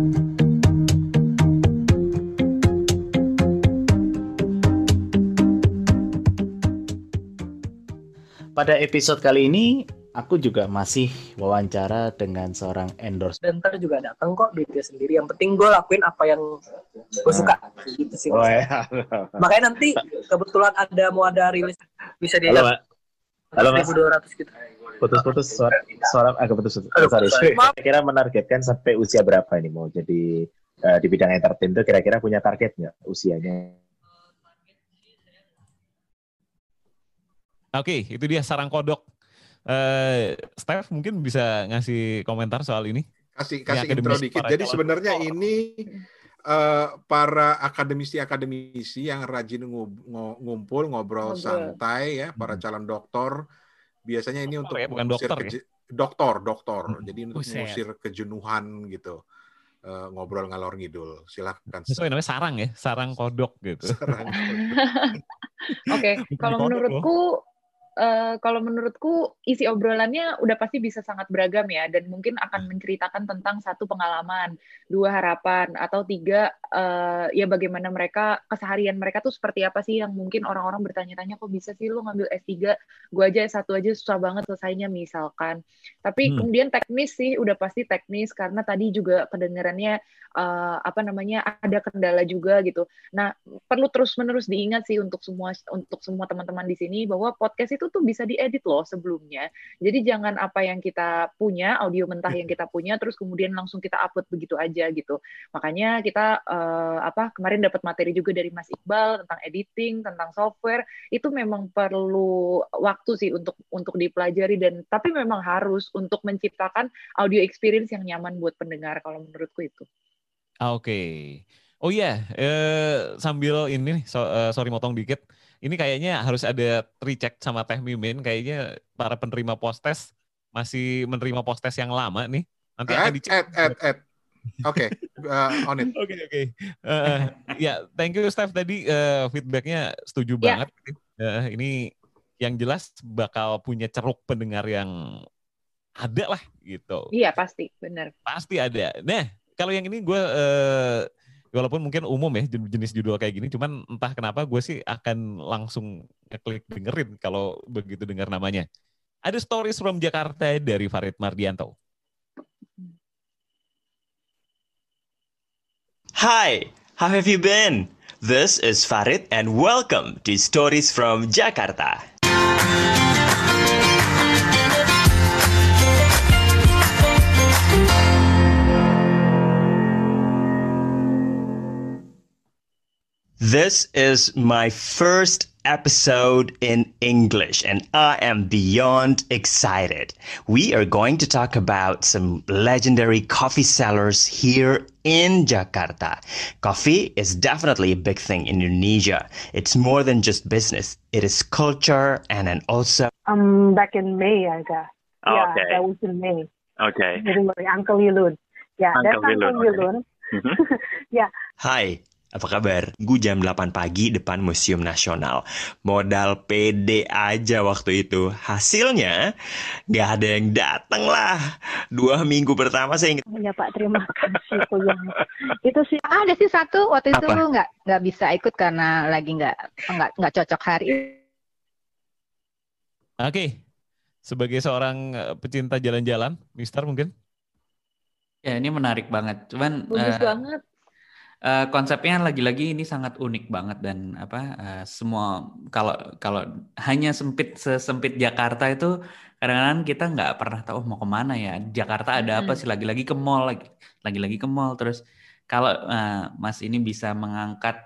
Pada episode kali ini, aku juga masih wawancara dengan seorang endorse. Dan ntar juga datang kok duitnya sendiri. Yang penting gue lakuin apa yang gue suka. Gitu sih. Oh, ya. Makanya nanti kebetulan ada mau ada rilis bisa di Halo, Mbak. Halo, Mas. seribu dua ratus gitu. Putus-putus suara, suara agak putus. Aduh, sorry. Kira-kira menargetkan sampai usia berapa ini mau jadi uh, di bidang entertain itu, kira-kira punya target nggak usianya? Oke, itu dia sarang kodok. Uh, Steph mungkin bisa ngasih komentar soal ini. Kasih kasih intro dikit. Jadi sebenarnya ini uh, para akademisi-akademisi yang rajin ngumpul, ngobrol santai ya, para calon doktor. Biasanya ini untuk ya, bukan mengusir dokter, keje- ya? doktor, doktor. Hmm. Jadi untuk Buset. mengusir kejenuhan gitu. Uh, ngobrol ngalor ngidul. Silakan. Sesuai namanya sarang ya, sarang kodok gitu. Oke, okay. Kalau menurutku uh, kalau menurutku isi obrolannya udah pasti bisa sangat beragam ya, dan mungkin akan menceritakan tentang satu pengalaman, dua harapan, atau tiga uh, ya bagaimana mereka keseharian mereka tuh seperti apa sih, yang mungkin orang-orang bertanya-tanya kok bisa sih lu ngambil S tiga, gua aja S satu aja susah banget selesainya misalkan. Tapi hmm. kemudian teknis sih udah pasti teknis, karena tadi juga kedengarannya uh, apa namanya ada kendala juga gitu. Nah, perlu terus-menerus diingat sih untuk semua untuk semua teman-teman di sini bahwa podcast itu tuh bisa diedit loh sebelumnya. Jadi jangan apa yang kita punya, audio mentah yang kita punya terus kemudian langsung kita upload begitu aja gitu. Makanya kita uh, apa kemarin dapat materi juga dari Mas Iqbal tentang editing, tentang software. Itu memang perlu waktu sih untuk untuk dipelajari, dan tapi memang harus untuk menciptakan audio experience yang nyaman buat pendengar kalau menurutku itu. Oke. Okay. Oh iya, yeah. eh, sambil ini, so, uh, sorry motong dikit, ini kayaknya harus ada recheck sama Teh Mimin, kayaknya para penerima postes masih menerima postes yang lama nih. Nanti akan dicek. Ed, ed, ed. Oke, on it. Oke, oke. Ya, thank you Steph, tadi uh, feedbacknya setuju yeah. banget. Uh, ini yang jelas bakal punya ceruk pendengar yang ada lah gitu. Iya, pasti, benar. Pasti ada. Nah, kalau yang ini gue, uh, walaupun mungkin umum ya jenis judul kayak gini, cuman entah kenapa gue sih akan langsung ngeklik dengerin kalau begitu dengar namanya. Ada Stories from Jakarta dari Farid Mardianto. Hi, how have you been? This is Farid and welcome to Stories from Jakarta. This is my first episode in English and I am beyond excited. We are going to talk about some legendary coffee sellers here in Jakarta. Coffee is definitely a big thing in Indonesia. It's more than just business. It is culture and then also... Um, back in May, I guess. Oh, yeah, okay. that was in May. Okay. Really, Uncle Yulun. Yeah, Uncle that's Yulun, Uncle okay. Yulun. Mm-hmm. Yeah. Hai, apa kabar? Gue jam delapan pagi depan Museum Nasional. Modal pede aja waktu itu. Hasilnya nggak ada yang datang lah. Dua minggu pertama saya ingat. Ya Pak, terima kasih. Itu sih ada sih satu waktu itu Apa? lu nggak nggak bisa ikut karena lagi nggak nggak nggak cocok hari. Oke, sebagai seorang pecinta jalan-jalan, Mister mungkin? Ya ini menarik banget. Cuman Bagus uh, banget. Uh, konsepnya lagi-lagi ini sangat unik banget dan apa uh, semua kalau kalau hanya sempit sesempit Jakarta itu kadang-kadang kita nggak pernah tahu mau kemana ya. Jakarta ada apa sih, lagi-lagi ke mall lagi lagi-lagi ke mall terus kalau uh, Mas ini bisa mengangkat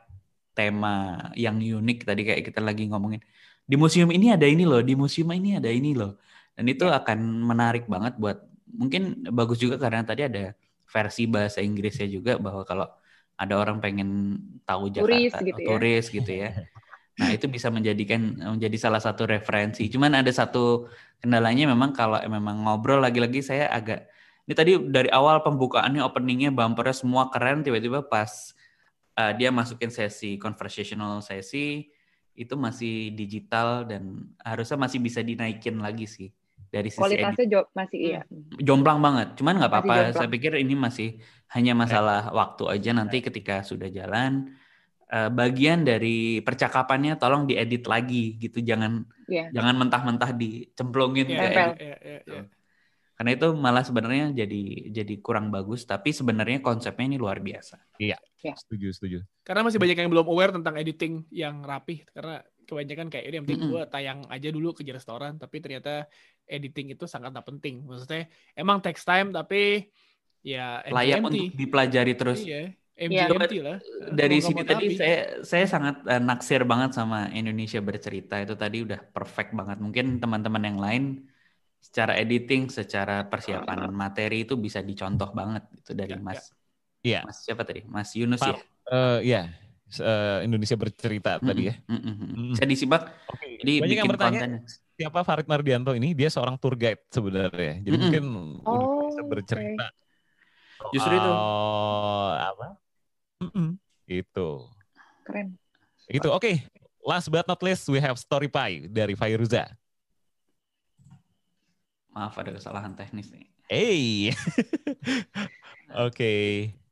tema yang unik tadi kayak kita lagi ngomongin di museum ini ada ini loh, di museum ini ada ini loh, dan itu ya. akan menarik banget buat mungkin bagus juga karena tadi ada versi bahasa Inggrisnya juga bahwa kalau ada orang pengen tahu Jakarta, turis gitu, turis ya. gitu ya. Nah itu bisa menjadikan menjadi salah satu referensi. Cuman ada satu kendalanya memang kalau memang ngobrol lagi-lagi saya agak ini tadi dari awal pembukaannya, openingnya, bumpernya semua keren, tiba-tiba pas uh, dia masukin sesi conversational sesi itu masih digital dan harusnya masih bisa dinaikin lagi sih dari sisi kualitasnya edit. job masih iya. Jomplang banget. Cuman nggak apa-apa. Jomplang. Saya pikir ini masih hanya masalah waktu aja, nanti ketika sudah jalan uh, bagian dari percakapannya tolong diedit lagi gitu. Jangan yeah. jangan mentah-mentah dicemplungin yeah, ke yeah, edit. yeah, yeah, yeah. Karena itu malah sebenarnya jadi jadi kurang bagus, tapi sebenarnya konsepnya ini luar biasa. Iya. Yeah. Setuju, setuju. Karena masih banyak yang belum aware tentang editing yang rapih, karena kebanyakan kayak ini yang penting gue tayang aja dulu ke restoran, tapi ternyata editing itu sangatlah penting. Maksudnya emang takes time, tapi ya layak M G M T. untuk dipelajari terus. Iya, M G M T ya. lah. Dari sini tadi saya saya sangat uh, naksir banget sama Indonesia Bercerita, itu tadi udah perfect banget. Mungkin teman-teman yang lain secara editing, secara persiapan materi itu bisa dicontoh banget itu dari ya, Mas. Iya. Mas siapa tadi? Mas Yunus pa, ya? Uh, ya. Uh, Indonesia Bercerita mm-hmm. tadi ya. Mm-hmm. Mm-hmm. Saya disimak. Okay. Jadi banyak bikin yang bertanya kontennya. Siapa Farid Mardianto ini? Dia seorang tour guide sebenarnya. Jadi mm-hmm. mungkin oh, udah bisa bercerita. Okay. Justru itu. Oh, apa? Mm-mm. Itu. Keren. Itu. Oke. Okay. Last but not least we have Story Pie dari Fairuza. Maaf ada kesalahan teknis nih. Hey. Oke. Okay.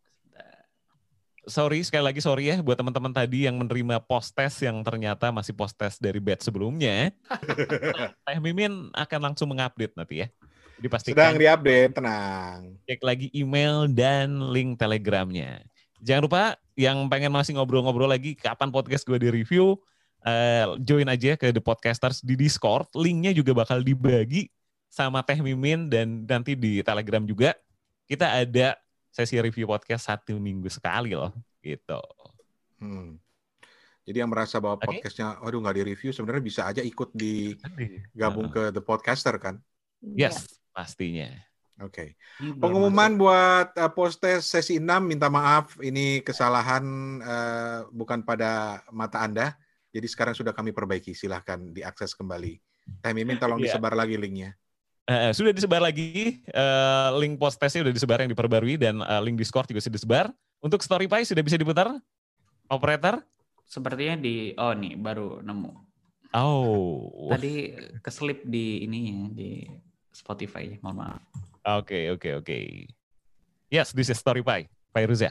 Sorry, sekali lagi sorry ya buat teman-teman tadi yang menerima post-test yang ternyata masih post-test dari batch sebelumnya. Teh Mimin akan langsung mengupdate nanti ya. Jadi pastikan. Sedang diupdate, tenang. Cek lagi email dan link Telegramnya. Jangan lupa yang pengen masih ngobrol-ngobrol lagi kapan podcast gue di-review, uh, join aja ke The Podcasters di Discord. Linknya juga bakal dibagi sama Teh Mimin dan nanti di Telegram juga. Kita ada sesi review podcast satu minggu sekali loh, gitu. Hmm. Jadi yang merasa bahwa okay. podcastnya, aduh nggak di-review, sebenarnya bisa aja ikut di gabung ke The Podcaster kan? Yes, ya. Pastinya. Oke. Okay. Pengumuman buat uh, post-test sesi enam, minta maaf, ini kesalahan uh, bukan pada mata Anda, jadi sekarang sudah kami perbaiki, silahkan diakses kembali. Teh Mimin tolong yeah. disebar lagi linknya. Uh, sudah disebar lagi, uh, link post testnya sudah disebar yang diperbarui dan uh, link Discord juga sudah disebar. Untuk Storypie sudah bisa diputar? Operator? Sepertinya di, oh nih baru nemu. Oh. Tadi keselip di ininya, di Spotify, mohon maaf. Oke, okay, oke, okay, oke. Okay. Yes, this is Storypie. Fairuza.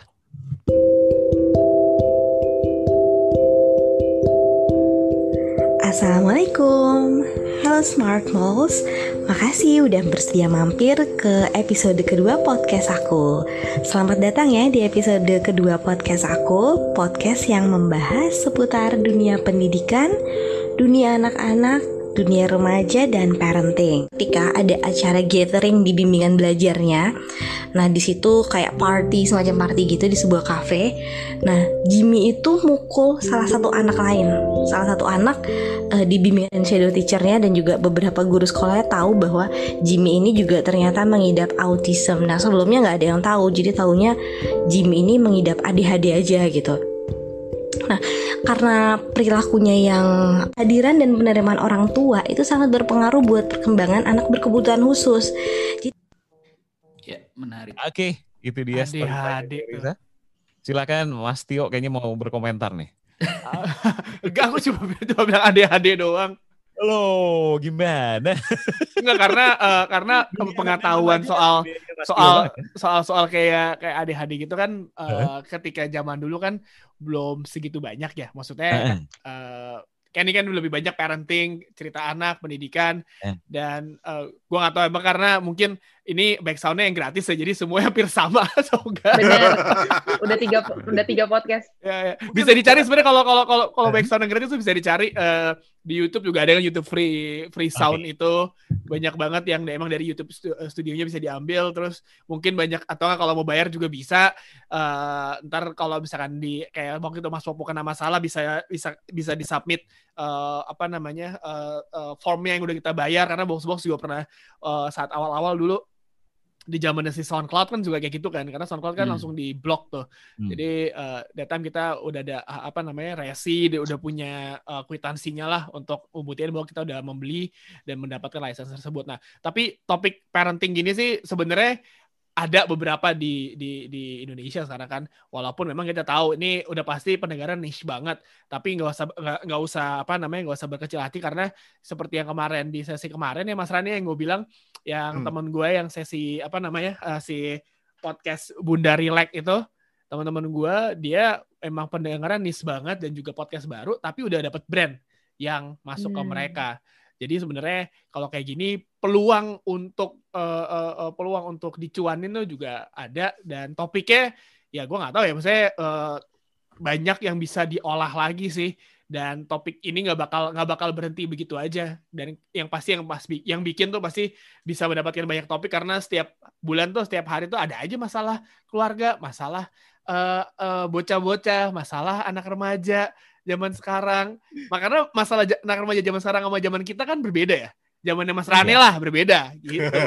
Assalamualaikum. Halo Smart Malls. Makasih udah bersedia mampir ke episode kedua podcast aku. Selamat datang ya di episode kedua podcast aku, podcast yang membahas seputar dunia pendidikan, dunia anak-anak, dunia remaja, dan parenting. Ketika ada acara gathering di bimbingan belajarnya, nah di situ kayak party, semacam party gitu di sebuah kafe. Nah, Jimmy itu mukul salah satu anak lain. Salah satu anak uh, di bimbingan shadow teachernya dan juga beberapa guru sekolahnya tahu bahwa Jimmy ini juga ternyata mengidap autism. Nah, sebelumnya nggak ada yang tahu, jadi taunya Jimmy ini mengidap A D H D aja gitu. Nah, karena perilakunya yang hadiran dan penerimaan orang tua itu sangat berpengaruh buat perkembangan anak berkebutuhan khusus. Jadi... Ya, menarik. Oke, okay, itu dia. A D H D. Silakan Mas Tio kayaknya mau berkomentar nih. Enggak, aku cuma, cuma bilang A D H D doang. Loh, gimana? Enggak, karena uh, karena pengetahuan soal soal soal soal kayak kayak A D H D gitu kan uh, ketika zaman dulu kan belum segitu banyak ya. Maksudnya uh, kan ini kan lebih banyak parenting, cerita anak, pendidikan, dan uh, gue nggak tahu emang karena mungkin ini back sound-nya yang gratis ya, jadi semuanya hampir sama atau enggak? Bener, udah tiga udah tiga podcast. Ya, ya. Bisa dicari sebenarnya kalau kalau kalau kalau back sound yang gratis tuh bisa dicari uh, di YouTube juga ada kan YouTube free free sound okay. Itu banyak banget yang emang dari YouTube studionya bisa diambil, terus mungkin banyak atau nggak kalau mau bayar juga bisa. Uh, ntar kalau misalkan di kayak waktu itu Mas Popo kena masalah bisa bisa bisa disubmit uh, apa namanya uh, uh, formnya yang udah kita bayar karena box-box juga pernah uh, saat awal-awal dulu di zamannya si SoundCloud kan juga kayak gitu kan, karena SoundCloud kan hmm. langsung di blok tuh. Hmm. Jadi uh, that time kita udah ada apa namanya resi, dia udah punya uh, kwitansinya lah untuk membuktikan bahwa kita udah membeli dan mendapatkan license tersebut. Nah, tapi topik parenting gini sih sebenarnya ada beberapa di di di Indonesia sekarang kan, walaupun memang kita tahu ini udah pasti pendengaran niche banget, tapi nggak usah nggak nggak usah apa namanya nggak usah berkecil hati karena seperti yang kemarin di sesi kemarin ya Mas Rani yang gue bilang yang hmm. teman gue yang sesi apa namanya uh, si podcast Bunda Relax itu teman-teman gue dia emang pendengaran niche banget dan juga podcast baru tapi udah dapet brand yang masuk hmm. ke mereka. Jadi sebenarnya kalau kayak gini peluang untuk uh, uh, uh, peluang untuk dicuanin tuh juga ada dan topiknya ya gue nggak tahu ya maksudnya uh, banyak yang bisa diolah lagi sih dan topik ini nggak bakal nggak bakal berhenti begitu aja dan yang pasti yang pas yang bikin tuh pasti bisa mendapatkan banyak topik karena setiap bulan tuh setiap hari tuh ada aja masalah keluarga, masalah uh, uh, bocah-bocah, masalah anak remaja zaman sekarang. Makanya masalah anak remaja zaman sekarang sama zaman kita kan berbeda ya. Zamannya Mas Rane iya. lah berbeda gitu.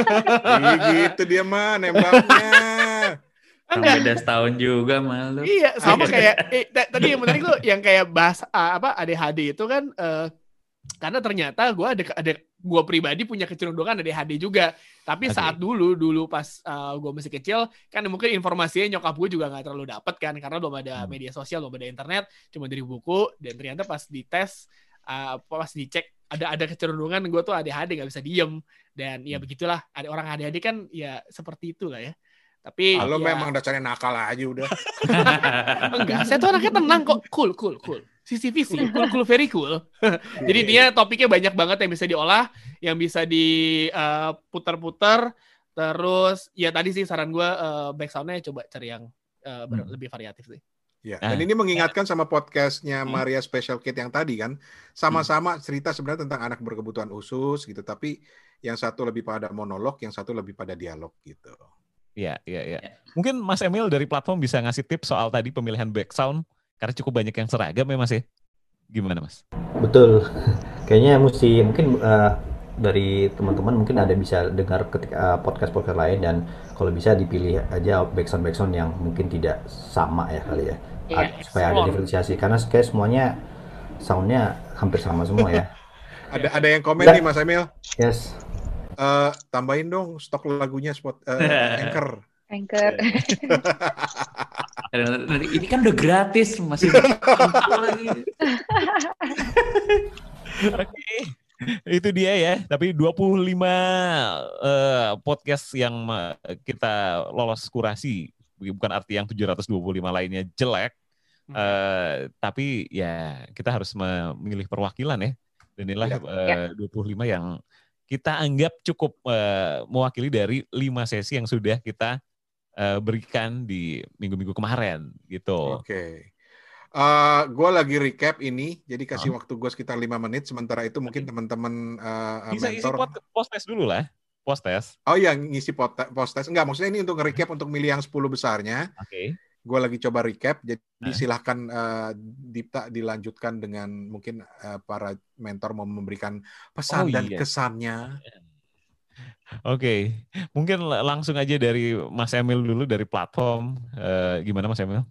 Gitu dia mah nembaknya. Enggak. Beda setahun juga malu. Iya, sama kayak eh, t- tadi yang menarik tuh yang kayak bahas uh, apa A D H D itu kan uh, karena ternyata gue ada ada gue pribadi punya kecenderungan A D H D juga. Tapi okay. saat dulu dulu pas uh, gue masih kecil kan mungkin informasinya nyokap gue juga nggak terlalu dapet kan karena belum ada hmm. media sosial, belum ada internet, cuma dari buku dan ternyata pas dites uh, pas dicek ada ada kecenderungan gue tuh A D H D nggak bisa diem dan ya begitulah, ada orang A D H D kan ya seperti itulah ya. Tapi Halo ya, memang dasarnya nakal aja udah. enggak, saya tuh anaknya tenang kok, cool cool cool. Sisi visi, cool cool very cool. Jadi dia topiknya banyak banget yang bisa diolah, yang bisa diputar-putar. Terus ya tadi sih saran gue uh, back sound-nya coba cari yang uh, ber- hmm. lebih variatif sih. Ya, dan ini mengingatkan sama podcastnya Maria Special Kid yang tadi kan, sama-sama cerita sebenarnya tentang anak berkebutuhan khusus gitu, tapi yang satu lebih pada monolog, yang satu lebih pada dialog gitu. Iya, iya, iya. Mungkin Mas Emil dari platform bisa ngasih tips soal tadi pemilihan back sound, karena cukup banyak yang seragam ya Mas ya. Gimana Mas? Betul. Kayaknya mesti mungkin uh, dari teman-teman mungkin ada bisa dengar ketika uh, podcast-podcast lain dan kalau bisa dipilih aja back sound back sound yang mungkin tidak sama ya kali ya. Yeah, Ad, supaya ada diferensiasi karena kayak semuanya soundnya hampir sama semua ya. ada ada yang komen nih Mas Emil. Yes. Uh, tambahin dong stok lagunya spot uh, Anchor. Anchor. Ini kan udah gratis masih lagi. Oke. Itu dia ya. Tapi dua puluh lima uh, podcast yang kita lolos kurasi, bukan arti yang tujuh ratus dua puluh lima lainnya jelek. Uh, tapi ya kita harus memilih perwakilan ya. Dan inilah ya. uh, dua puluh lima yang kita anggap cukup uh, mewakili dari lima sesi yang sudah kita uh, berikan di minggu-minggu kemarin gitu. Oke. Okay. Uh, gue lagi recap ini, jadi kasih huh? waktu gue sekitar lima menit. Sementara itu mungkin teman-teman uh, bisa mentor... isi post test dulu lah. Post test. Oh iya, ngisi post test. Enggak, maksudnya ini untuk nge-recap untuk milih yang sepuluh besarnya. Oke. Okay. Gue lagi coba recap, jadi nah. silahkan uh, Dipta dilanjutkan dengan mungkin uh, para mentor mau memberikan pesan oh, dan iya. kesannya. Oke, okay. Mungkin langsung aja dari Mas Emil dulu dari platform. Uh, gimana Mas Emil?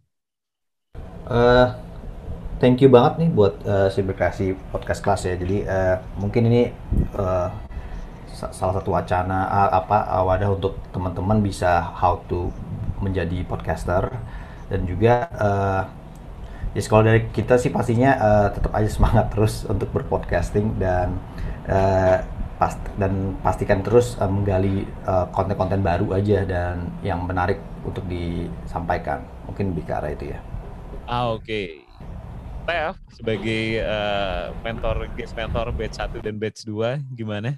Uh, thank you banget nih buat uh, si berkasih podcast kelas ya. Jadi uh, mungkin ini uh, salah satu wacana uh, apa uh, wadah untuk teman-teman bisa how to menjadi podcaster. Dan juga uh, ya kalau dari kita sih pastinya uh, tetap aja semangat terus untuk berpodcasting dan uh, past dan pastikan terus uh, menggali uh, konten-konten baru aja dan yang menarik untuk disampaikan. Mungkin lebih ke arah itu ya. Ah oke. Okay. Tef sebagai uh, mentor guest mentor batch satu dan batch dua gimana?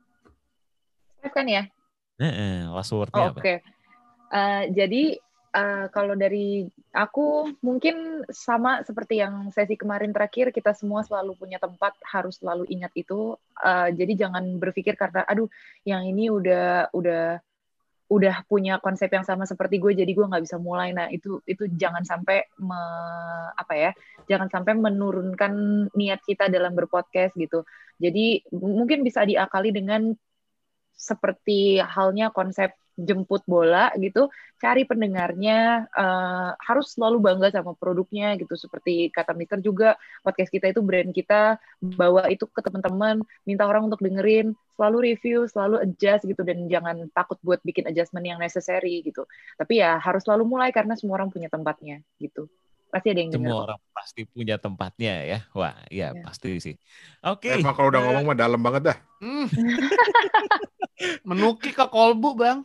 Tef kan ya? Heeh, last word-nya oh, apa? Oke. Okay. Uh, jadi Uh, kalau dari aku mungkin sama seperti yang sesi kemarin terakhir, kita semua selalu punya tempat, harus selalu ingat itu. Uh, jadi jangan berpikir karena aduh yang ini udah udah udah punya konsep yang sama seperti gue, jadi gue nggak bisa mulai. Nah itu itu jangan sampai me, apa ya, jangan sampai menurunkan niat kita dalam berpodcast gitu. Jadi mungkin bisa diakali dengan seperti halnya konsep jemput bola gitu, cari pendengarnya, uh, harus selalu bangga sama produknya gitu, seperti kata Mister juga, podcast kita itu brand kita, bawa itu ke teman-teman, minta orang untuk dengerin, selalu review, selalu adjust gitu, dan jangan takut buat bikin adjustment yang necessary gitu, tapi ya harus selalu mulai karena semua orang punya tempatnya gitu. Pasti ada yang dengar. Semua orang pasti punya tempatnya ya. Wah, iya ya. Pasti sih. Oke. Okay. Emang kalau udah ngomong mah dalam banget dah. Hmm. Menukik ke kolbu, Bang.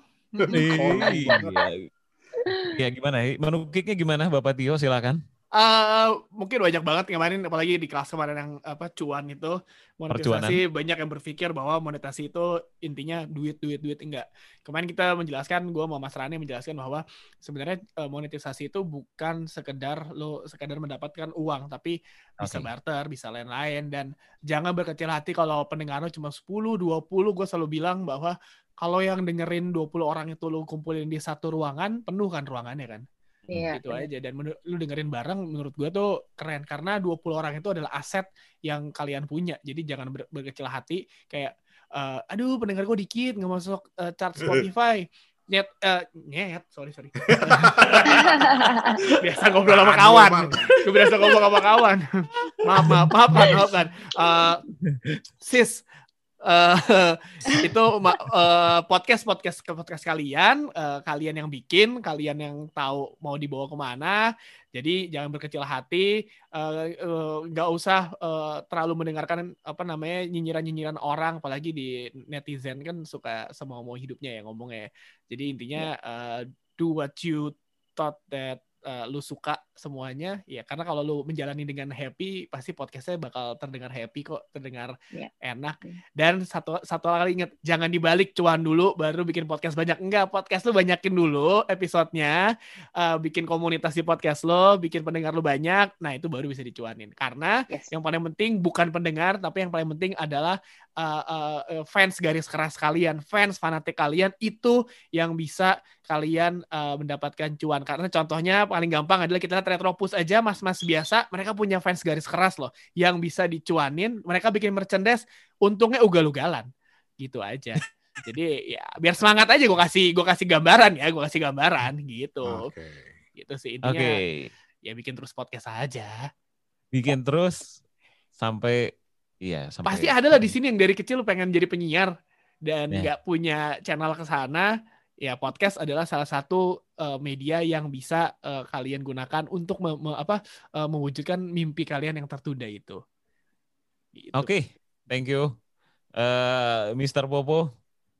Iya. Ya gimana? Menukiknya gimana Bapak Tio, silakan. Uh, mungkin banyak banget kemarin, apalagi di kelas kemarin yang apa cuan itu monetisasi. Percuanan. Banyak yang berpikir bahwa monetasi itu intinya duit duit duit enggak. Kemarin kita menjelaskan, gue mau Mas Rani menjelaskan bahwa sebenarnya uh, monetisasi itu bukan sekedar lo sekedar mendapatkan uang, tapi bisa okay. barter, bisa lain-lain, dan jangan berkecil hati kalau pendengar lo cuma sepuluh, dua puluh. Gue selalu bilang bahwa kalau yang dengerin dua puluh orang itu lo kumpulin di satu ruangan, penuh kan ruangannya kan. Iya, gitu aja. Dan menur- lu dengerin bareng menurut gue tuh keren karena dua puluh orang itu adalah aset yang kalian punya. Jadi jangan ber- berkecil hati kayak uh, aduh pendengar gue dikit nggak masuk uh, chart Spotify. Nyet uh, nyet sorry sorry. Biasa ngobrol sama kawan. Gue biasa ngobrol sama kawan. maaf maaf maaf kan maaf kan. Uh, sis uh, itu uh, podcast podcast podcast kalian, uh, kalian yang bikin, kalian yang tahu mau dibawa kemana. Jadi jangan berkecil hati, nggak uh, uh, usah uh, terlalu mendengarkan apa namanya nyinyiran-nyinyiran orang, apalagi di netizen kan suka semau-mau hidupnya ya ngomongnya. Jadi intinya uh, do what you thought that uh, lu suka semuanya, ya karena kalau lu menjalani dengan happy, pasti podcastnya bakal terdengar happy kok, terdengar yeah. enak. Yeah. Dan satu satu kali ingat, jangan dibalik cuan dulu baru bikin podcast banyak. Enggak, podcast lu banyakin dulu episodenya, uh, bikin komunitas di podcast lo, bikin pendengar lu banyak, nah itu baru bisa dicuanin. Karena yes. yang paling penting bukan pendengar, tapi yang paling penting adalah uh, uh, fans garis keras kalian, fans fanatik kalian, itu yang bisa kalian uh, mendapatkan cuan. Karena contohnya paling gampang adalah kita Retropus aja, mas-mas biasa, mereka punya fans garis keras loh, yang bisa dicuanin, mereka bikin merchandise, untungnya ugal-ugalan, gitu aja. Jadi ya biar semangat aja, gue kasih gue kasih gambaran ya, gue kasih gambaran gitu, okay. gitu sih intinya. Okay. Ya bikin terus podcast aja, bikin terus sampai, iya sampai. Pasti ada lah di sini yang dari kecil pengen jadi penyiar dan nggak yeah. punya channel ke sana. Ya podcast adalah salah satu uh, media yang bisa uh, kalian gunakan untuk me- me- apa uh, mewujudkan mimpi kalian yang tertunda itu. Gitu. Oke, okay. Thank you, uh, mister Popo.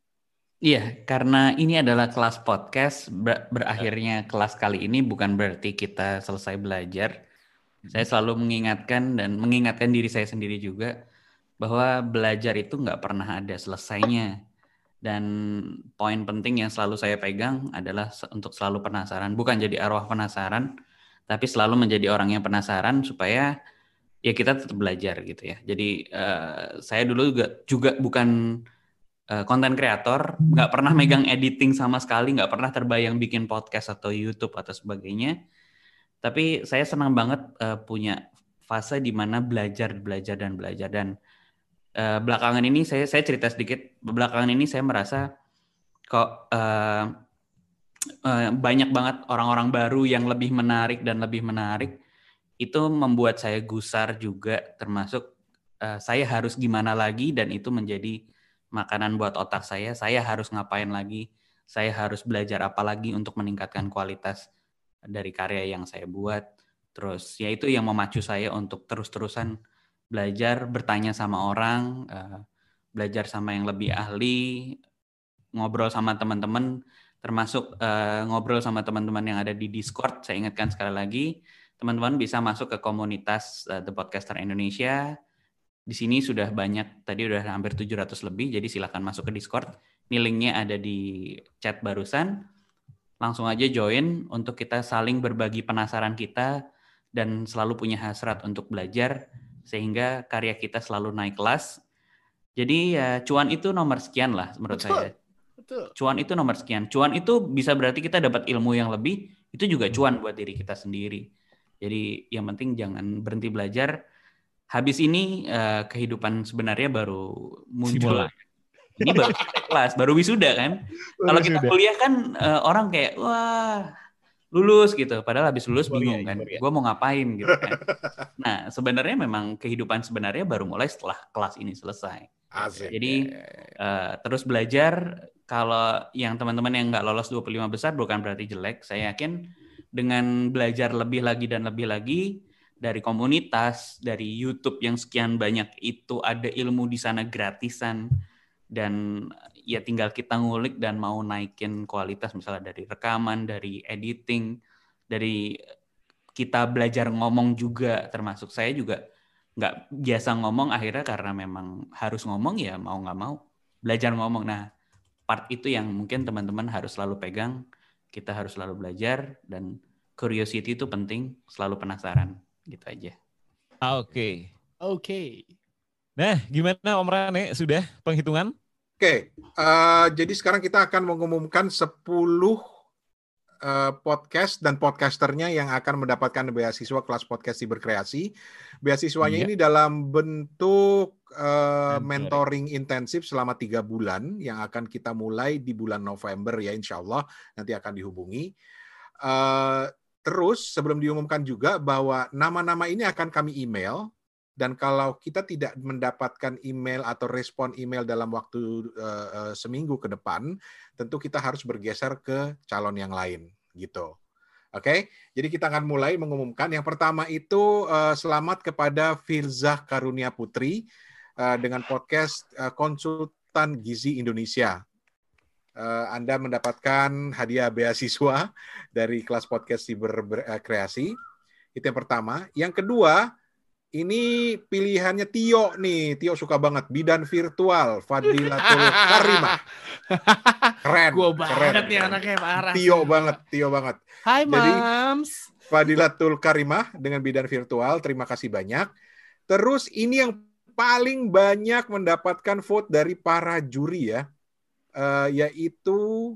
Iya, karena ini adalah kelas podcast, ber- berakhirnya kelas kali ini bukan berarti kita selesai belajar. Saya selalu mengingatkan dan mengingatkan diri saya sendiri juga bahwa belajar itu nggak pernah ada selesainya. Dan poin penting yang selalu saya pegang adalah untuk selalu penasaran. Bukan jadi arwah penasaran, tapi selalu menjadi orang yang penasaran supaya ya kita tetap belajar gitu ya. Jadi uh, saya dulu juga, juga bukan konten uh, kreator, nggak pernah megang editing sama sekali, nggak pernah terbayang bikin podcast atau YouTube atau sebagainya. Tapi saya senang banget uh, punya fase di mana belajar, belajar, dan belajar. Dan Uh, belakangan ini saya saya cerita sedikit. Belakangan ini saya merasa kok uh, uh, banyak banget orang-orang baru yang lebih menarik dan lebih menarik. Itu membuat saya gusar juga, termasuk uh, saya harus gimana lagi, dan itu menjadi makanan buat otak saya. Saya harus ngapain lagi? Saya harus belajar apa lagi untuk meningkatkan kualitas dari karya yang saya buat. Terus ya itu yang memacu saya untuk terus-terusan belajar, bertanya sama orang, uh, belajar sama yang lebih ahli, ngobrol sama teman-teman, termasuk uh, ngobrol sama teman-teman yang ada di Discord. Saya ingatkan sekali lagi, teman-teman bisa masuk ke komunitas uh, The Podcaster Indonesia. Di sini sudah banyak, tadi udah hampir tujuh ratus lebih, jadi silakan masuk ke Discord. Ini linknya ada di chat barusan. Langsung aja join untuk kita saling berbagi penasaran kita dan selalu punya hasrat untuk belajar, sehingga karya kita selalu naik kelas. Jadi ya cuan itu nomor sekian lah menurut Betul. saya. Betul. Cuan itu nomor sekian. Cuan itu bisa berarti kita dapat ilmu yang lebih, itu juga cuan buat diri kita sendiri. Jadi yang penting jangan berhenti belajar. Habis ini uh, kehidupan sebenarnya baru muncul. Simula. Ini baru kelas, baru wisuda kan. Kalau kita kuliah kan uh, orang kayak wah lulus gitu, padahal habis lulus bingung kan, gue mau ngapain gitu kan. Nah sebenarnya memang kehidupan sebenarnya baru mulai setelah kelas ini selesai. Asik. Jadi uh, terus belajar. Kalau yang teman-teman yang nggak lolos dua puluh lima besar bukan berarti jelek. Saya yakin dengan belajar lebih lagi dan lebih lagi dari komunitas, dari YouTube yang sekian banyak itu, ada ilmu di sana gratisan, dan ya tinggal kita ngulik dan mau naikin kualitas, misalnya dari rekaman, dari editing, dari kita belajar ngomong juga, termasuk saya juga nggak biasa ngomong, akhirnya karena memang harus ngomong ya mau nggak mau belajar ngomong. Nah part itu yang mungkin teman-teman harus selalu pegang, kita harus selalu belajar, dan curiosity itu penting, selalu penasaran, gitu aja. Oke. Okay. Oke. Okay. Nah gimana Om Rane, sudah penghitungan? Oke, okay. uh, jadi sekarang kita akan mengumumkan sepuluh uh, podcast dan podcasternya yang akan mendapatkan beasiswa kelas podcast Siberkreasi. Beasiswanya yeah. ini dalam bentuk uh, mentoring intensif selama tiga bulan yang akan kita mulai di bulan November ya, insya Allah nanti akan dihubungi. Uh, terus sebelum diumumkan juga bahwa nama-nama ini akan kami email Dan kalau kita tidak mendapatkan email atau respon email dalam waktu uh, uh, seminggu ke depan, tentu kita harus bergeser ke calon yang lain, gitu. Oke, okay? Jadi kita akan mulai mengumumkan. Yang pertama itu uh, selamat kepada Firzah Karunia Putri uh, dengan podcast uh, Konsultan Gizi Indonesia. Uh, Anda mendapatkan hadiah beasiswa dari kelas podcast Siber Kreasi. Itu yang pertama. Yang kedua, ini pilihannya Tio nih. Tio suka banget. Bidan virtual. Fadilatul Karimah. Keren. Gue keren, banget nih keren. anaknya parah. Tio banget. Tio banget. Hai Jadi, Mams. Fadilatul Karimah dengan bidan virtual. Terima kasih banyak. Terus ini yang paling banyak mendapatkan vote dari para juri ya. Uh, yaitu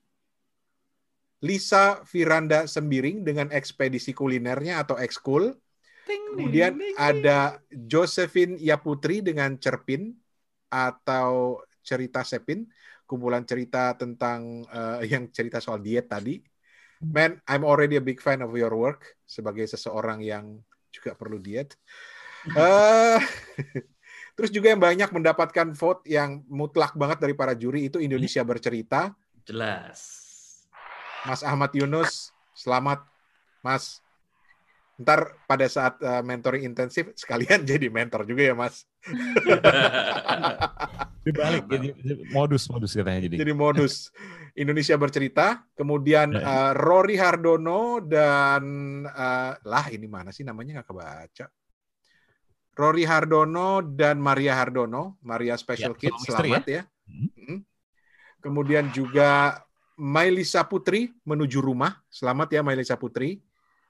Lisa Firanda Sembiring dengan ekspedisi kulinernya atau ekskul. Kemudian ada Josephine Yaputri dengan Cerpin atau Cerita Sepin, kumpulan cerita tentang uh, yang cerita soal diet tadi. Man, I'm already a big fan of your work sebagai seseorang yang juga perlu diet. Uh, terus juga yang banyak mendapatkan vote yang mutlak banget dari para juri itu Indonesia Bercerita. Jelas. Mas Ahmad Yunus, selamat Mas. Ntar pada saat uh, mentoring intensif sekalian jadi mentor juga ya Mas. Dibalik jadi modus modus katanya jadi. Jadi modus. Indonesia Bercerita, kemudian uh, Rory Hardono dan uh, lah ini mana sih namanya nggak kebaca. Rory Hardono dan Maria Hardono, Maria Special ya, Kids, selamat ya. ya. Hmm. Kemudian juga Mailisa Putri menuju rumah, selamat ya Mailisa Putri.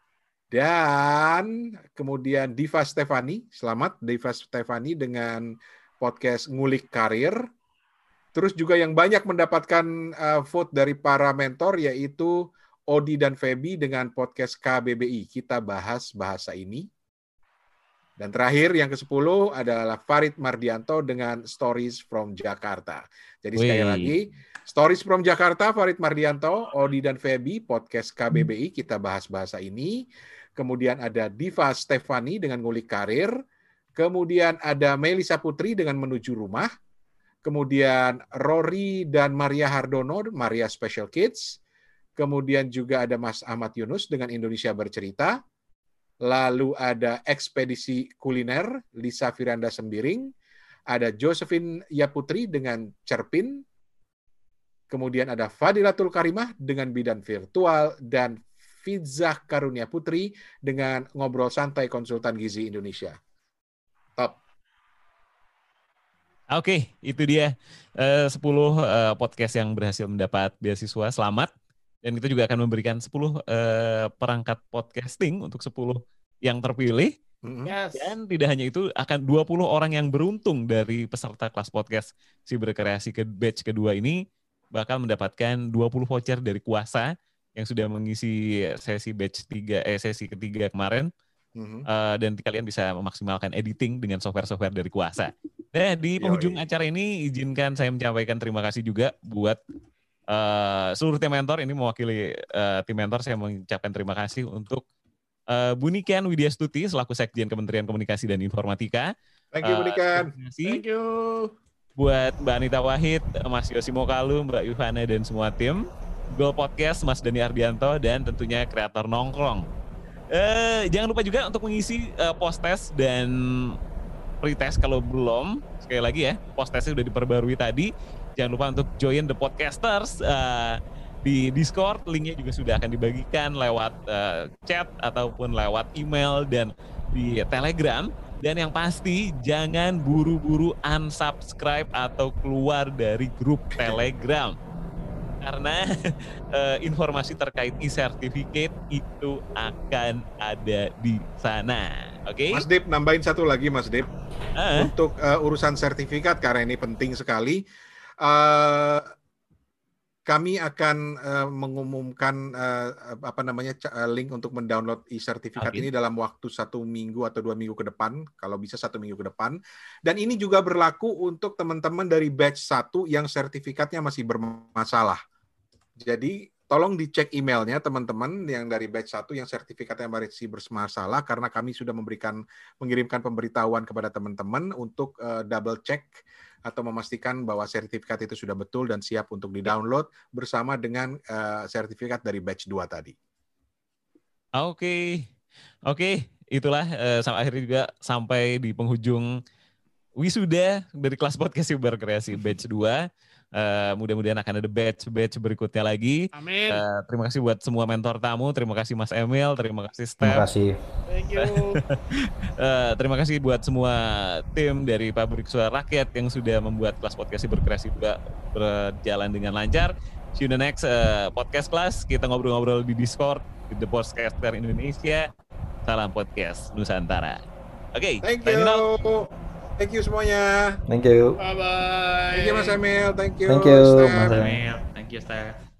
Dan kemudian Diva Stefani, selamat Diva Stefani dengan podcast Ngulik Karir. Terus juga yang banyak mendapatkan uh, vote dari para mentor yaitu Odi dan Feby dengan podcast K B B I, Kita Bahas Bahasa Ini. Dan terakhir yang kesepuluh adalah Farid Mardianto dengan Stories from Jakarta. Jadi Wih. sekali lagi, Stories from Jakarta, Farid Mardianto, Odi dan Feby, podcast K B B I, Kita Bahas Bahasa Ini. Kemudian ada Diva Stefani dengan Ngulik Karir. Kemudian ada Melisa Putri dengan Menuju Rumah. Kemudian Rory dan Maria Hardono, Maria Special Kids. Kemudian juga ada Mas Ahmad Yunus dengan Indonesia Bercerita. Lalu ada Ekspedisi Kuliner, Lisa Firanda Sembiring. Ada Josephine Yaputri dengan Cerpin. Kemudian ada Fadilatul Karimah dengan Bidan Virtual. Dan Firzah Karunia Putri dengan Ngobrol Santai Konsultan Gizi Indonesia. Top. Oke, itu dia uh, sepuluh uh, podcast yang berhasil mendapat beasiswa. Selamat. Dan kita juga akan memberikan sepuluh uh, perangkat podcasting untuk sepuluh yang terpilih. Yes. Dan tidak hanya itu, akan dua puluh orang yang beruntung dari peserta kelas podcast Siber Kreasi ke batch kedua ini bakal mendapatkan dua puluh voucher dari Kuasa yang sudah mengisi sesi batch tiga, eh, sesi ketiga kemarin. Mm-hmm. Uh, dan kalian bisa memaksimalkan editing dengan software-software dari Kuasa. Nah, di penghujung Yoi. acara ini izinkan saya menyampaikan terima kasih juga buat uh, seluruh tim mentor. Ini mewakili uh, tim mentor, saya mengucapkan terima kasih untuk uh, Bu Niken Widya Stuti selaku Sekjen Kementerian Komunikasi dan Informatika. Thank you, Bu Niken. Uh, Thank you. Buat Mbak Anita Wahid, Mas Yosi Mokalu, Mbak Yuvana dan semua tim. Goal Podcast, Mas Dani Ardianto, dan tentunya kreator Nongkrong. Uh, jangan lupa juga untuk mengisi uh, post-test dan pre-test kalau belum. Sekali lagi ya, post-testnya sudah diperbarui tadi. Jangan lupa untuk join The Podcasters uh, di Discord. Linknya juga sudah akan dibagikan lewat uh, chat ataupun lewat email dan di Telegram. Dan yang pasti, jangan buru-buru unsubscribe atau keluar dari grup Telegram. Karena uh, informasi terkait e-certificate itu akan ada di sana. Oke? Okay? Mas Dip, nambahin satu lagi Mas Dip. Uh. Untuk uh, urusan sertifikat, karena ini penting sekali. Uh, kami akan uh, mengumumkan uh, apa namanya link untuk mendownload e-sertifikat okay. ini dalam waktu satu minggu atau dua minggu ke depan, kalau bisa satu minggu ke depan. Dan ini juga berlaku untuk teman-teman dari batch satu yang sertifikatnya masih bermasalah. Jadi tolong dicek emailnya teman-teman yang dari batch satu yang sertifikatnya masih bermasalah karena kami sudah memberikan mengirimkan pemberitahuan kepada teman-teman untuk uh, double check atau memastikan bahwa sertifikat itu sudah betul dan siap untuk di-download bersama dengan uh, sertifikat dari batch dua tadi. Oke. Okay. Oke, okay. Itulah uh, sampai akhirnya juga sampai di penghujung wisuda dari kelas podcast berkreasi batch dua. Uh, mudah-mudahan akan ada batch-batch berikutnya lagi. Amin. Uh, terima kasih buat semua mentor tamu. Terima kasih Mas Emil. Terima kasih Steph. Terima kasih. Thank you. uh, terima kasih buat semua tim dari Pabrik Suara Rakyat yang sudah membuat kelas podcast berkreasi juga berjalan dengan lancar. See you in the next uh, podcast class. Kita ngobrol-ngobrol di Discord di The Podcaster Indonesia. Salam podcast Nusantara. Oke. Okay, thank you. Thank you semuanya. Thank you. Bye bye. Thank you Mas Emil. Thank you. Thank you Steph. Mas Emil. Thank you Steph.